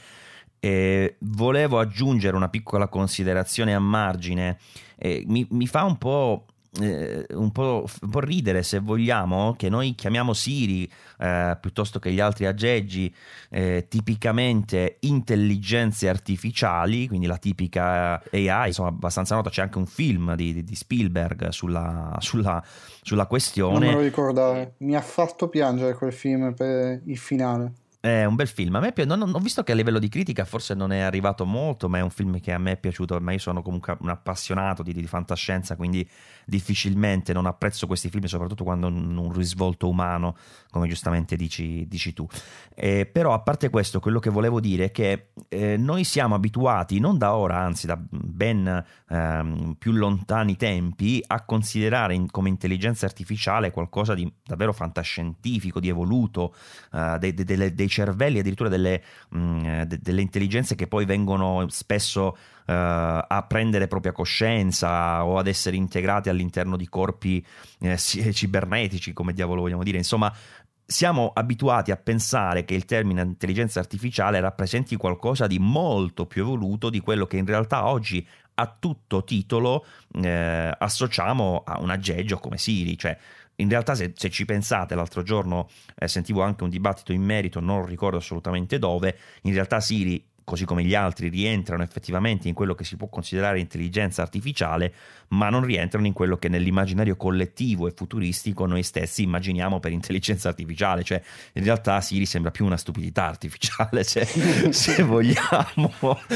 E volevo aggiungere una piccola considerazione a margine. Eh, mi, mi fa un po' Eh, un po', un po' ridere, se vogliamo, che noi chiamiamo Siri eh, piuttosto che gli altri aggeggi eh, tipicamente intelligenze artificiali, quindi la tipica A I, insomma abbastanza nota. C'è anche un film di, di, di Spielberg sulla, sulla, sulla questione. Non me lo ricordare, mi ha fatto piangere quel film per il finale. È un bel film, a me pi- non, non- ho visto che a livello di critica forse non è arrivato molto, ma è un film che a me è piaciuto, ma io sono comunque un appassionato di, di fantascienza, quindi difficilmente non apprezzo questi film, soprattutto quando hanno un risvolto umano, come giustamente dici, dici tu. Eh, però a parte questo, quello che volevo dire è che eh, noi siamo abituati, non da ora, anzi da ben ehm, più lontani tempi, a considerare in- come intelligenza artificiale qualcosa di davvero fantascientifico, di evoluto, eh, dei, dei, dei cervelli, addirittura delle, mh, de, delle intelligenze che poi vengono spesso uh, a prendere propria coscienza o ad essere integrate all'interno di corpi eh, cibernetici, come diavolo vogliamo dire. Insomma, siamo abituati a pensare che il termine intelligenza artificiale rappresenti qualcosa di molto più evoluto di quello che in realtà oggi a tutto titolo eh, associamo a un aggeggio come Siri. Cioè, in realtà, se, se ci pensate, l'altro giorno eh, sentivo anche un dibattito in merito, non ricordo assolutamente dove. In realtà Siri, così come gli altri, rientrano effettivamente in quello che si può considerare intelligenza artificiale, ma non rientrano in quello che nell'immaginario collettivo e futuristico noi stessi immaginiamo per intelligenza artificiale. Cioè, in realtà Siri sembra più una stupidità artificiale, se, se vogliamo.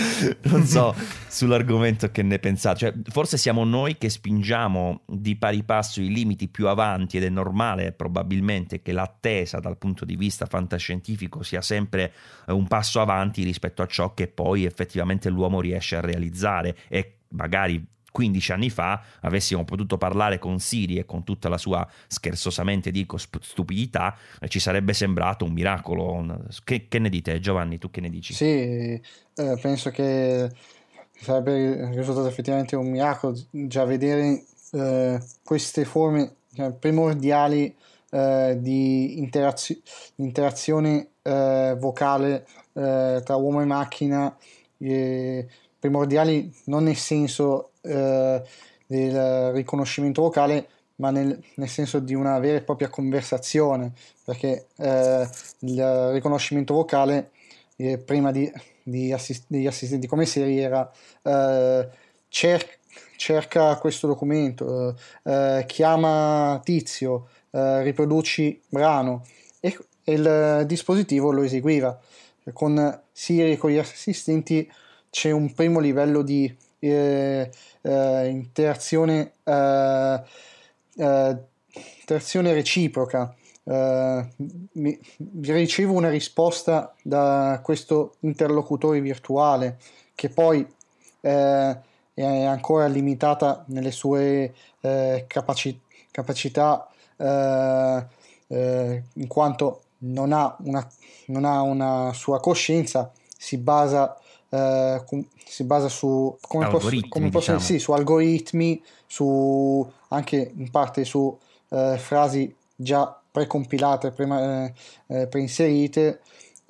Non so sull'argomento che ne pensate. Cioè, forse siamo noi che spingiamo di pari passo i limiti più avanti, ed è normale probabilmente che l'attesa dal punto di vista fantascientifico sia sempre un passo avanti rispetto a ciò che poi effettivamente l'uomo riesce a realizzare, e magari quindici anni fa avessimo potuto parlare con Siri e con tutta la sua, scherzosamente dico, stupidità, ci sarebbe sembrato un miracolo. Che, che ne dite, Giovanni? Tu che ne dici? Sì, eh, penso che sarebbe risultato effettivamente un miracolo già vedere eh, queste forme primordiali eh, di interazio- interazione eh, vocale eh, tra uomo e macchina, eh, primordiali non nel senso eh, del riconoscimento vocale, ma nel, nel senso di una vera e propria conversazione, perché eh, il riconoscimento vocale eh, prima di, di assist- degli assistenti come Siri era eh, cer- cerca questo documento, eh, chiama tizio, eh, riproduci brano, e, e il dispositivo lo eseguiva. Con Siri e con gli assistenti c'è un primo livello di eh, eh, interazione eh, eh, interazione reciproca. Uh, mi, ricevo una risposta da questo interlocutore virtuale che poi eh, è ancora limitata nelle sue eh, capaci- capacità eh, eh, in quanto non ha una, non ha una sua coscienza, si basa eh, com- si basa su come algoritmi, posso, come posso, diciamo. sì, su algoritmi, su anche in parte su eh, frasi già precompilate, prima, eh, eh, preinserite,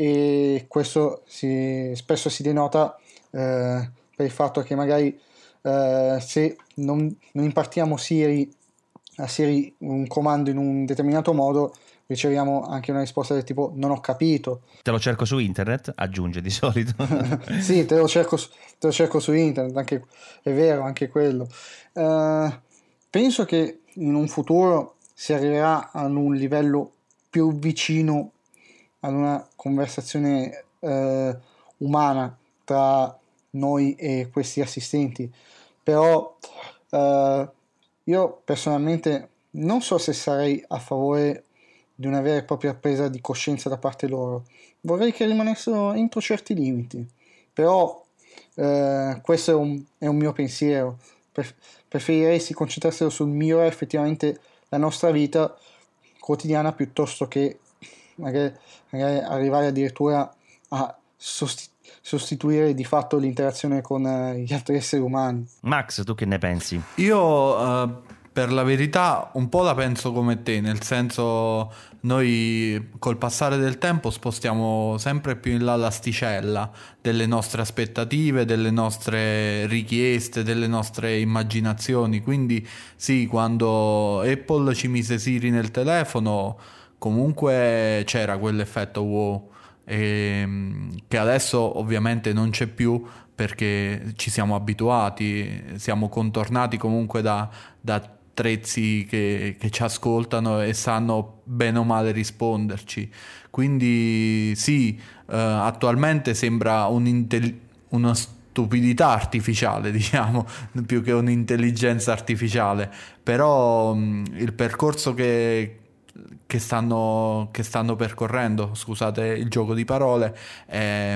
e questo si, spesso si denota eh, per il fatto che magari eh, se non, non impartiamo Siri, a Siri un comando in un determinato modo, riceviamo anche una risposta del tipo non ho capito. Te lo cerco su internet, aggiunge di solito. Sì, te lo, cerco, te lo cerco su internet, anche, è vero, anche quello. Uh, penso che in un futuro si arriverà ad un livello più vicino ad una conversazione uh, umana tra noi e questi assistenti, però uh, io personalmente non so se sarei a favore di una vera e propria presa di coscienza da parte loro. Vorrei che rimanessero entro certi limiti, però eh, questo è un, è un mio pensiero. Pref- preferirei si concentrassero sul migliorare effettivamente la nostra vita quotidiana piuttosto che magari, magari arrivare addirittura a sost- sostituire di fatto l'interazione con eh, gli altri esseri umani. Max, tu che ne pensi? Io uh, per la verità un po' la penso come te, nel senso noi col passare del tempo spostiamo sempre più in là l'asticella delle nostre aspettative, delle nostre richieste, delle nostre immaginazioni, quindi sì, quando Apple ci mise Siri nel telefono comunque c'era quell'effetto wow, e, che adesso ovviamente non c'è più perché ci siamo abituati, siamo contornati comunque da, da trezzi che, che ci ascoltano e sanno bene o male risponderci. Quindi sì, eh, attualmente sembra una stupidità artificiale, diciamo, più che un'intelligenza artificiale, però mh, il percorso che che stanno, che stanno percorrendo, scusate il gioco di parole, è,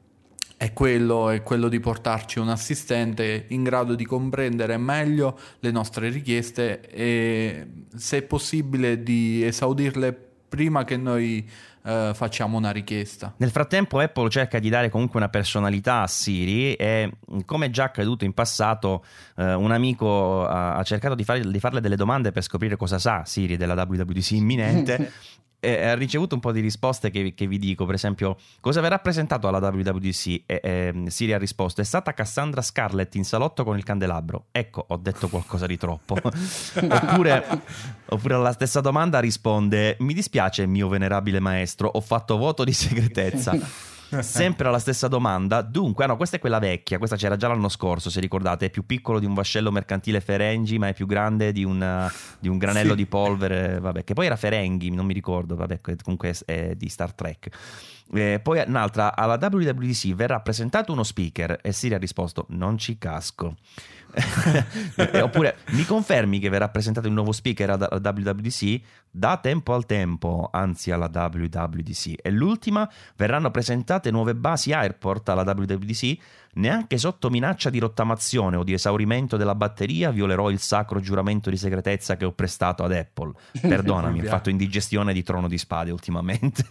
è quello, è quello di portarci un assistente in grado di comprendere meglio le nostre richieste e, se è possibile, di esaudirle prima che noi eh, facciamo una richiesta. Nel frattempo Apple cerca di dare comunque una personalità a Siri e, come già accaduto in passato, eh, un amico ha, ha cercato di, fare, di farle delle domande per scoprire cosa sa Siri della W W D C imminente e ha ricevuto un po' di risposte che, che vi dico. Per esempio, cosa verrà presentato alla W W D C? E, e, Siri ha risposto: è stata Cassandra Scarlett in salotto con il candelabro. Ecco, ho detto qualcosa di troppo. oppure, oppure alla stessa domanda risponde: mi dispiace mio venerabile maestro, ho fatto voto di segretezza. Sempre alla stessa domanda, dunque, ah no, questa è quella vecchia, questa c'era già l'anno scorso, se ricordate, è più piccolo di un vascello mercantile Ferengi, ma è più grande di, una, di un granello sì. di polvere, vabbè, che poi era Ferenghi, non mi ricordo, vabbè, comunque è, è di Star Trek. Eh, poi un'altra, alla W W D C verrà presentato uno speaker e Siri ha risposto: non ci casco. Oppure: mi confermi che verrà presentato il nuovo speaker alla W W D C? Da tempo al tempo, anzi alla W W D C. E l'ultima: verranno presentate nuove basi Airport alla W W D C? neanche sotto minaccia di rottamazione o di esaurimento della batteria violerò il sacro giuramento di segretezza che ho prestato ad Apple. Perdonami, ho fatto indigestione di Trono di Spade ultimamente.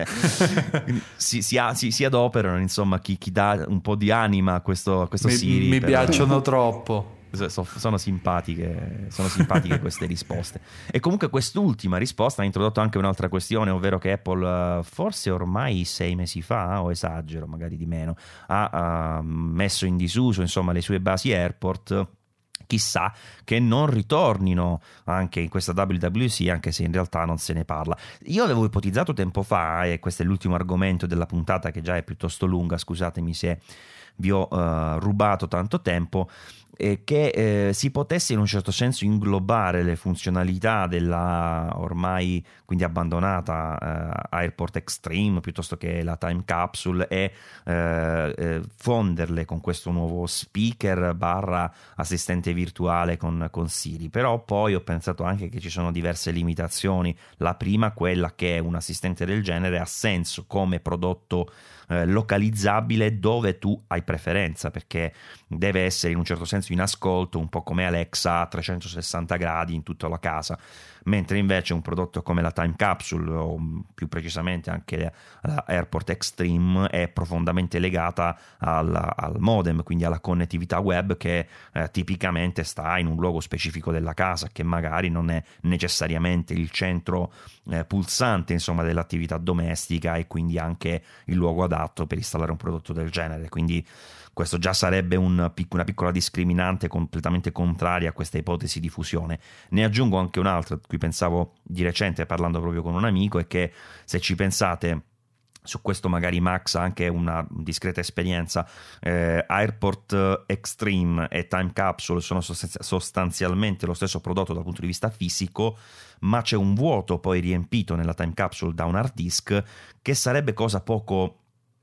si, si, si, si adoperano, insomma, chi, chi dà un po' di anima a questo, a questo mi, Siri. Mi per... piacciono troppo. Sono simpatiche, sono simpatiche queste risposte. E comunque quest'ultima risposta ha introdotto anche un'altra questione, ovvero che Apple, forse ormai sei mesi fa, o esagero, magari di meno, ha, ha messo in disuso, insomma, le sue basi Airport. Chissà che non ritornino anche in questa W W D C, anche se in realtà non se ne parla. Io avevo ipotizzato tempo fa, e questo è l'ultimo argomento della puntata che già è piuttosto lunga, scusatemi se vi ho uh, rubato tanto tempo, eh, che eh, si potesse in un certo senso inglobare le funzionalità della ormai quindi abbandonata eh, AirPort Extreme piuttosto che la Time Capsule e eh, eh, fonderle con questo nuovo speaker barra assistente virtuale con, con Siri. Però poi ho pensato anche che ci sono diverse limitazioni. La prima, quella che un assistente del genere ha senso come prodotto eh, localizzabile dove tu hai preferenza, perché deve essere in un certo senso in ascolto, un po' come Alexa a trecentosessanta gradi in tutta la casa, mentre invece un prodotto come la Time Capsule o più precisamente anche la AirPort Extreme è profondamente legata al, al modem, quindi alla connettività web che eh, tipicamente sta in un luogo specifico della casa, che magari non è necessariamente il centro eh, pulsante, insomma, dell'attività domestica, e quindi anche il luogo adatto per installare un prodotto del genere. Quindi questo già sarebbe un, una piccola discriminante completamente contraria a questa ipotesi di fusione. Ne aggiungo anche un'altra, a cui pensavo di recente parlando proprio con un amico, è che se ci pensate, su questo magari Max ha anche una discreta esperienza, eh, AirPort Extreme e Time Capsule sono sostanzialmente lo stesso prodotto dal punto di vista fisico, ma c'è un vuoto poi riempito nella Time Capsule da un hard disk, che sarebbe cosa poco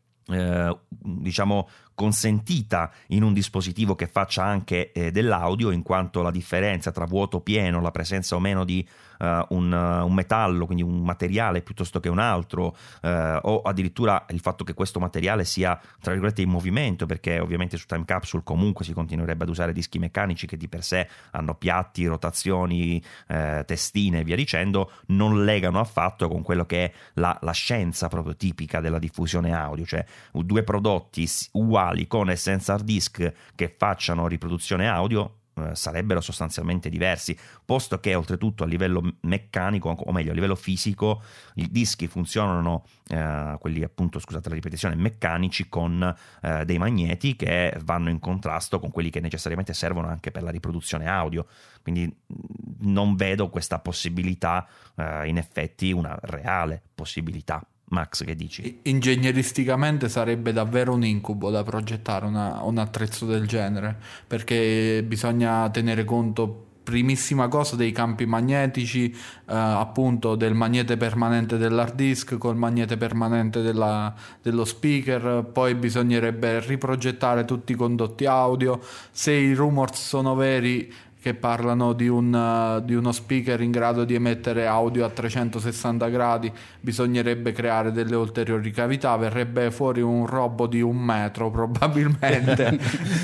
eh, diciamo consentita in un dispositivo che faccia anche eh, dell'audio, in quanto la differenza tra vuoto pieno, la presenza o meno di uh, un, uh, un metallo, quindi un materiale piuttosto che un altro, uh, o addirittura il fatto che questo materiale sia tra virgolette in movimento, perché ovviamente su Time Capsule comunque si continuerebbe ad usare dischi meccanici che di per sé hanno piatti, rotazioni, eh, testine e via dicendo, non legano affatto con quello che è la, la scienza proprio tipica della diffusione audio, cioè due prodotti uguali con e senza hard disk che facciano riproduzione audio eh, sarebbero sostanzialmente diversi, posto che oltretutto a livello meccanico, o meglio a livello fisico, i dischi funzionano, eh, quelli appunto, scusate la ripetizione, meccanici, con eh, dei magneti che vanno in contrasto con quelli che necessariamente servono anche per la riproduzione audio. Quindi non vedo questa possibilità, eh, in effetti una reale possibilità. Max, che dici? Ingegneristicamente sarebbe davvero un incubo da progettare una, un attrezzo del genere, perché bisogna tenere conto, primissima cosa, dei campi magnetici, eh, appunto del magnete permanente dell'hard disk col magnete permanente della, dello speaker. Poi bisognerebbe riprogettare tutti i condotti audio. Se i rumors sono veri, che parlano di, un, uh, di uno speaker in grado di emettere audio a trecentosessanta gradi, bisognerebbe creare delle ulteriori cavità, verrebbe fuori un robot di un metro probabilmente.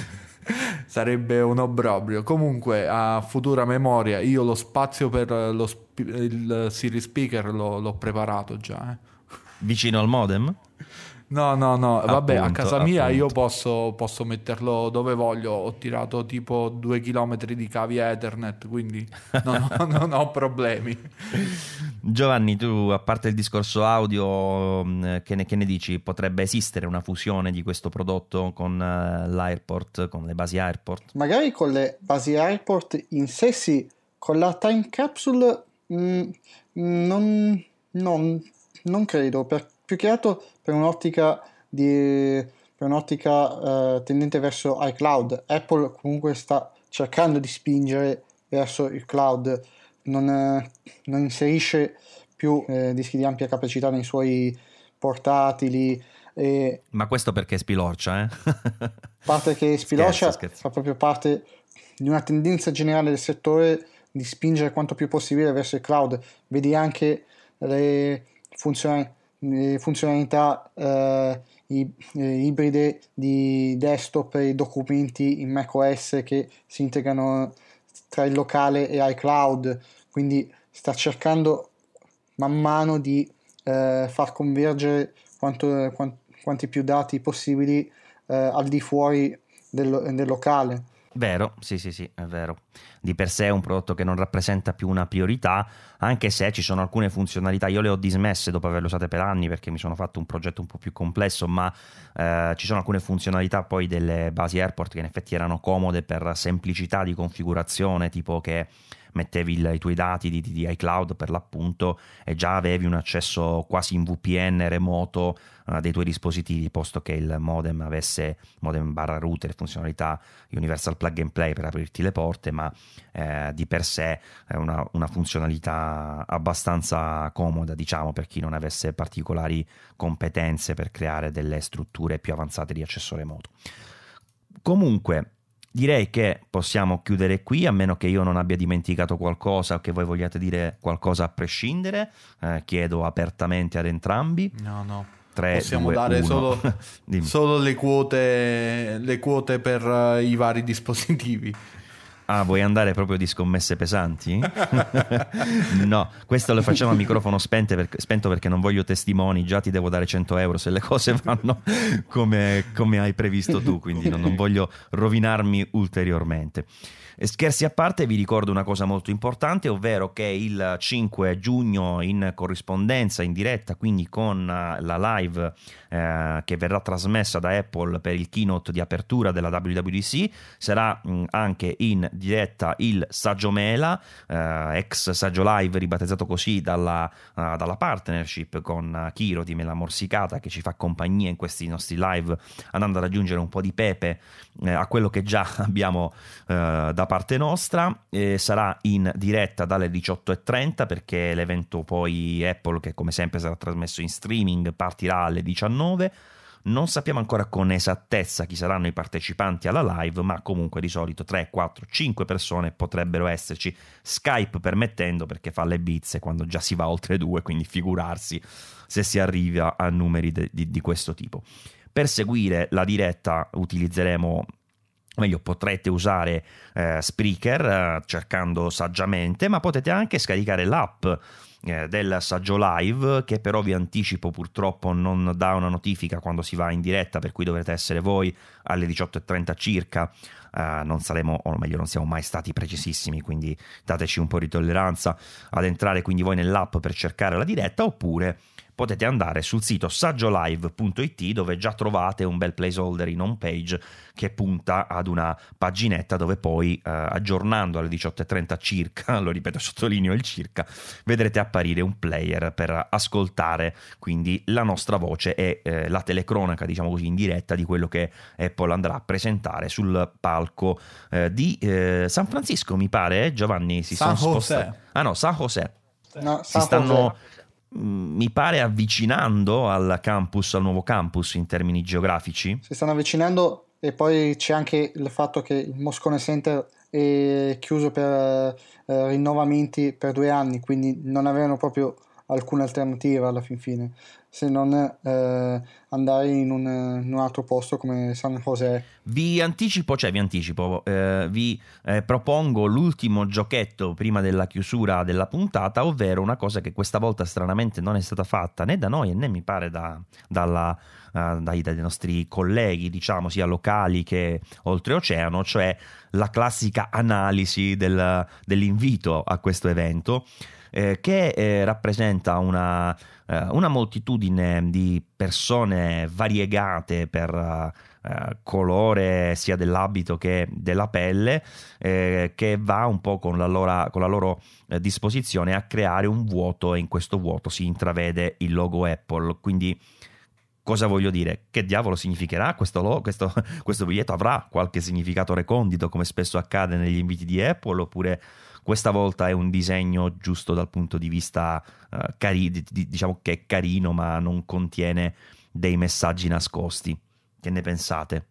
Sarebbe un obbrobrio. Comunque, a futura memoria, io lo spazio per lo sp- il Siri Speaker l'ho, l'ho preparato già, eh. Vicino al modem? No, no, no, vabbè, Appunto, a casa mia appunto. io posso, posso metterlo dove voglio. Ho tirato tipo due chilometri di cavi Ethernet, quindi non ho, non ho problemi. Giovanni, tu, a parte il discorso audio, che ne, che ne dici? Potrebbe esistere una fusione di questo prodotto con uh, l'AirPort, con le basi AirPort? Magari con le basi AirPort in sé sì, con la Time Capsule mh, non, non, non credo, per, più che altro per un'ottica di per un'ottica eh, tendente verso iCloud. Apple comunque sta cercando di spingere verso il cloud, non, eh, non inserisce più eh, dischi di ampia capacità nei suoi portatili. E Ma questo perché spilorcia, eh? a parte che spilorcia, Scherzo, scherzo. fa proprio parte di una tendenza generale del settore di spingere quanto più possibile verso il cloud. Vedi anche le funzioni eh, funzionalità eh, i, eh, ibride di desktop e documenti in macOS che si integrano tra il locale e iCloud, quindi sta cercando man mano di eh, far convergere quanto, quant, quanti più dati possibili eh, al di fuori del, del locale. Vero, sì sì sì, è vero. Di per sé è un prodotto che non rappresenta più una priorità, anche se ci sono alcune funzionalità, io le ho dismesse dopo averle usate per anni perché mi sono fatto un progetto un po' più complesso, ma eh, ci sono alcune funzionalità poi delle basi Airport che in effetti erano comode per semplicità di configurazione, tipo che mettevi il, i tuoi dati di, di iCloud per l'appunto e già avevi un accesso quasi in V P N remoto uh, dei tuoi dispositivi, posto che il modem avesse modem barra router, funzionalità Universal Plug and Play per aprirti le porte, ma eh, di per sé è una, una funzionalità abbastanza comoda, diciamo, per chi non avesse particolari competenze per creare delle strutture più avanzate di accesso remoto. Comunque direi che possiamo chiudere qui, a meno che io non abbia dimenticato qualcosa o che voi vogliate dire qualcosa a prescindere. Eh, chiedo apertamente ad entrambi. No, no. tre, Possiamo due, dare uno. solo, solo le quote, le quote per uh, i vari dispositivi. Ah, vuoi andare proprio di scommesse pesanti? No, questo lo facciamo a microfono spente perché, spento perché non voglio testimoni, già ti devo dare cento euro se le cose vanno come, come hai previsto tu, quindi non, non voglio rovinarmi ulteriormente. E scherzi a parte, vi ricordo una cosa molto importante, ovvero che il cinque giugno in corrispondenza, in diretta, quindi con la live eh, che verrà trasmessa da Apple per il keynote di apertura della W W D C, sarà mh, anche in diretta il Saggio Mela, eh, ex Saggio Live ribattezzato così dalla, uh, dalla partnership con Kiro di Mela Morsicata, che ci fa compagnia in questi nostri live, andando ad aggiungere un po' di pepe eh, a quello che già abbiamo eh, da parte nostra. Eh, sarà in diretta dalle diciotto e trenta perché l'evento poi Apple, che come sempre sarà trasmesso in streaming, partirà alle diciannove. Non sappiamo ancora con esattezza chi saranno i partecipanti alla live, ma comunque di solito tre, quattro, cinque persone potrebbero esserci, Skype permettendo, perché fa le bizze quando già si va oltre due, quindi figurarsi se si arriva a numeri de- di, di questo tipo. Per seguire la diretta utilizzeremo, meglio, potrete usare eh, Spreaker eh, cercando saggiamente, ma potete anche scaricare l'app eh, del Saggio Live, che però vi anticipo purtroppo non dà una notifica quando si va in diretta, per cui dovrete essere voi alle diciotto e trenta circa. Uh, non saremo, o meglio non siamo mai stati precisissimi, quindi dateci un po' di tolleranza ad entrare quindi voi nell'app per cercare la diretta, oppure potete andare sul sito saggiolive punto it, dove già trovate un bel placeholder in home page che punta ad una paginetta dove poi uh, aggiornando alle diciotto e trenta circa, lo ripeto, sottolineo il circa, vedrete apparire un player per ascoltare quindi la nostra voce e eh, la telecronaca, diciamo così, in diretta di quello che Apple andrà a presentare sul palco eh, di eh, San Francisco, mi pare, eh? Giovanni, si San sono José. spostati. Ah no, San José. No, Si San stanno, José. mh, mi pare, avvicinando al campus, al nuovo campus in termini geografici. Si stanno avvicinando, e poi c'è anche il fatto che il Moscone Center è chiuso per eh, rinnovamenti per due anni, quindi non avevano proprio alcuna alternativa alla fin fine, se non eh, andare in un, in un altro posto come San José. Vi anticipo, cioè vi anticipo, eh, vi eh, propongo l'ultimo giochetto prima della chiusura della puntata, ovvero una cosa che questa volta stranamente non è stata fatta né da noi e né mi pare da, dalla, uh, dai, dai nostri colleghi, diciamo, sia locali che oltreoceano, cioè la classica analisi del, dell'invito a questo evento. Eh, che eh, rappresenta una, eh, una moltitudine di persone variegate per eh, colore sia dell'abito che della pelle, eh, che va un po' con la loro, con la loro eh, disposizione a creare un vuoto, e in questo vuoto si intravede il logo Apple. Quindi cosa voglio dire? Che diavolo significherà questo, lo, questo, questo biglietto? Avrà qualche significato recondito, come spesso accade negli inviti di Apple, oppure questa volta è un disegno giusto dal punto di vista uh, cari- di, di, diciamo che è carino ma non contiene dei messaggi nascosti? Che ne pensate?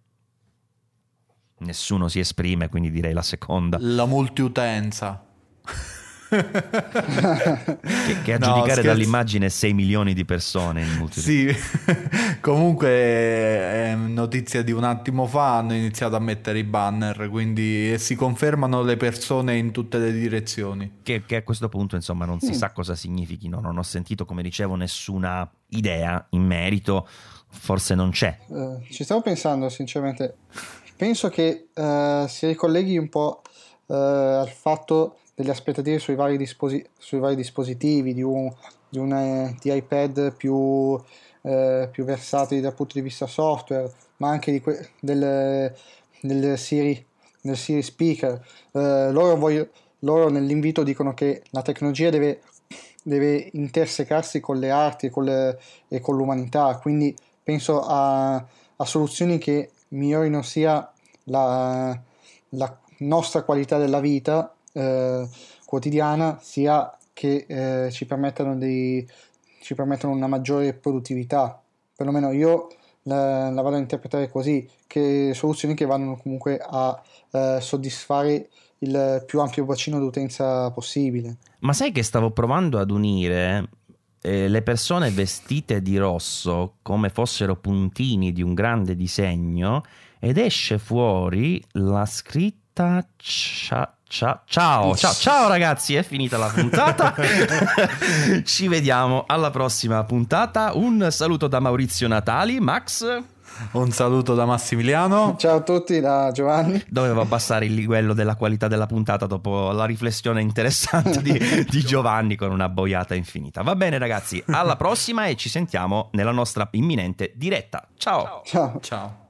Nessuno si esprime, quindi direi la seconda. La multiutenza. che, che a No, giudicare scherzo. dall'immagine sei milioni di persone in multi- Sì, comunque è notizia di un attimo fa, hanno iniziato a mettere i banner, quindi si confermano le persone in tutte le direzioni. che, che a questo punto insomma non si Mm. sa cosa significhino. Non ho sentito, come dicevo, nessuna idea in merito, forse non c'è. Eh, ci stavo pensando sinceramente, penso che eh, si ricolleghi un po' eh, al fatto delle aspettative sui vari, disposi- sui vari dispositivi, di un, di, un, eh, di iPad più, eh, più versatili dal punto di vista software, ma anche di que- del, del Siri, del Siri Speaker. Eh, loro, voglio- loro nell'invito dicono che la tecnologia deve, deve intersecarsi con le arti e con, le- e con l'umanità, quindi penso a, a soluzioni che migliorino sia la, la nostra qualità della vita eh, quotidiana, sia che eh, ci permettano di, ci permettano una maggiore produttività. Perlomeno io la, la vado a interpretare così, che soluzioni che vanno comunque a eh, soddisfare il più ampio bacino d'utenza possibile. Ma sai che stavo provando ad unire eh, le persone vestite di rosso come fossero puntini di un grande disegno, ed esce fuori la scritta cia- cia- ciao, ciao, ciao ragazzi, è finita la puntata. Ci vediamo alla prossima puntata. Un saluto da Maurizio Natali. Max Un saluto da Massimiliano. Ciao a tutti da Giovanni. dovevo abbassare il livello della qualità della puntata dopo la riflessione interessante di, di Giovanni con una boiata infinita. Va bene ragazzi, alla prossima e ci sentiamo nella nostra imminente diretta. Ciao. Ciao. Ciao.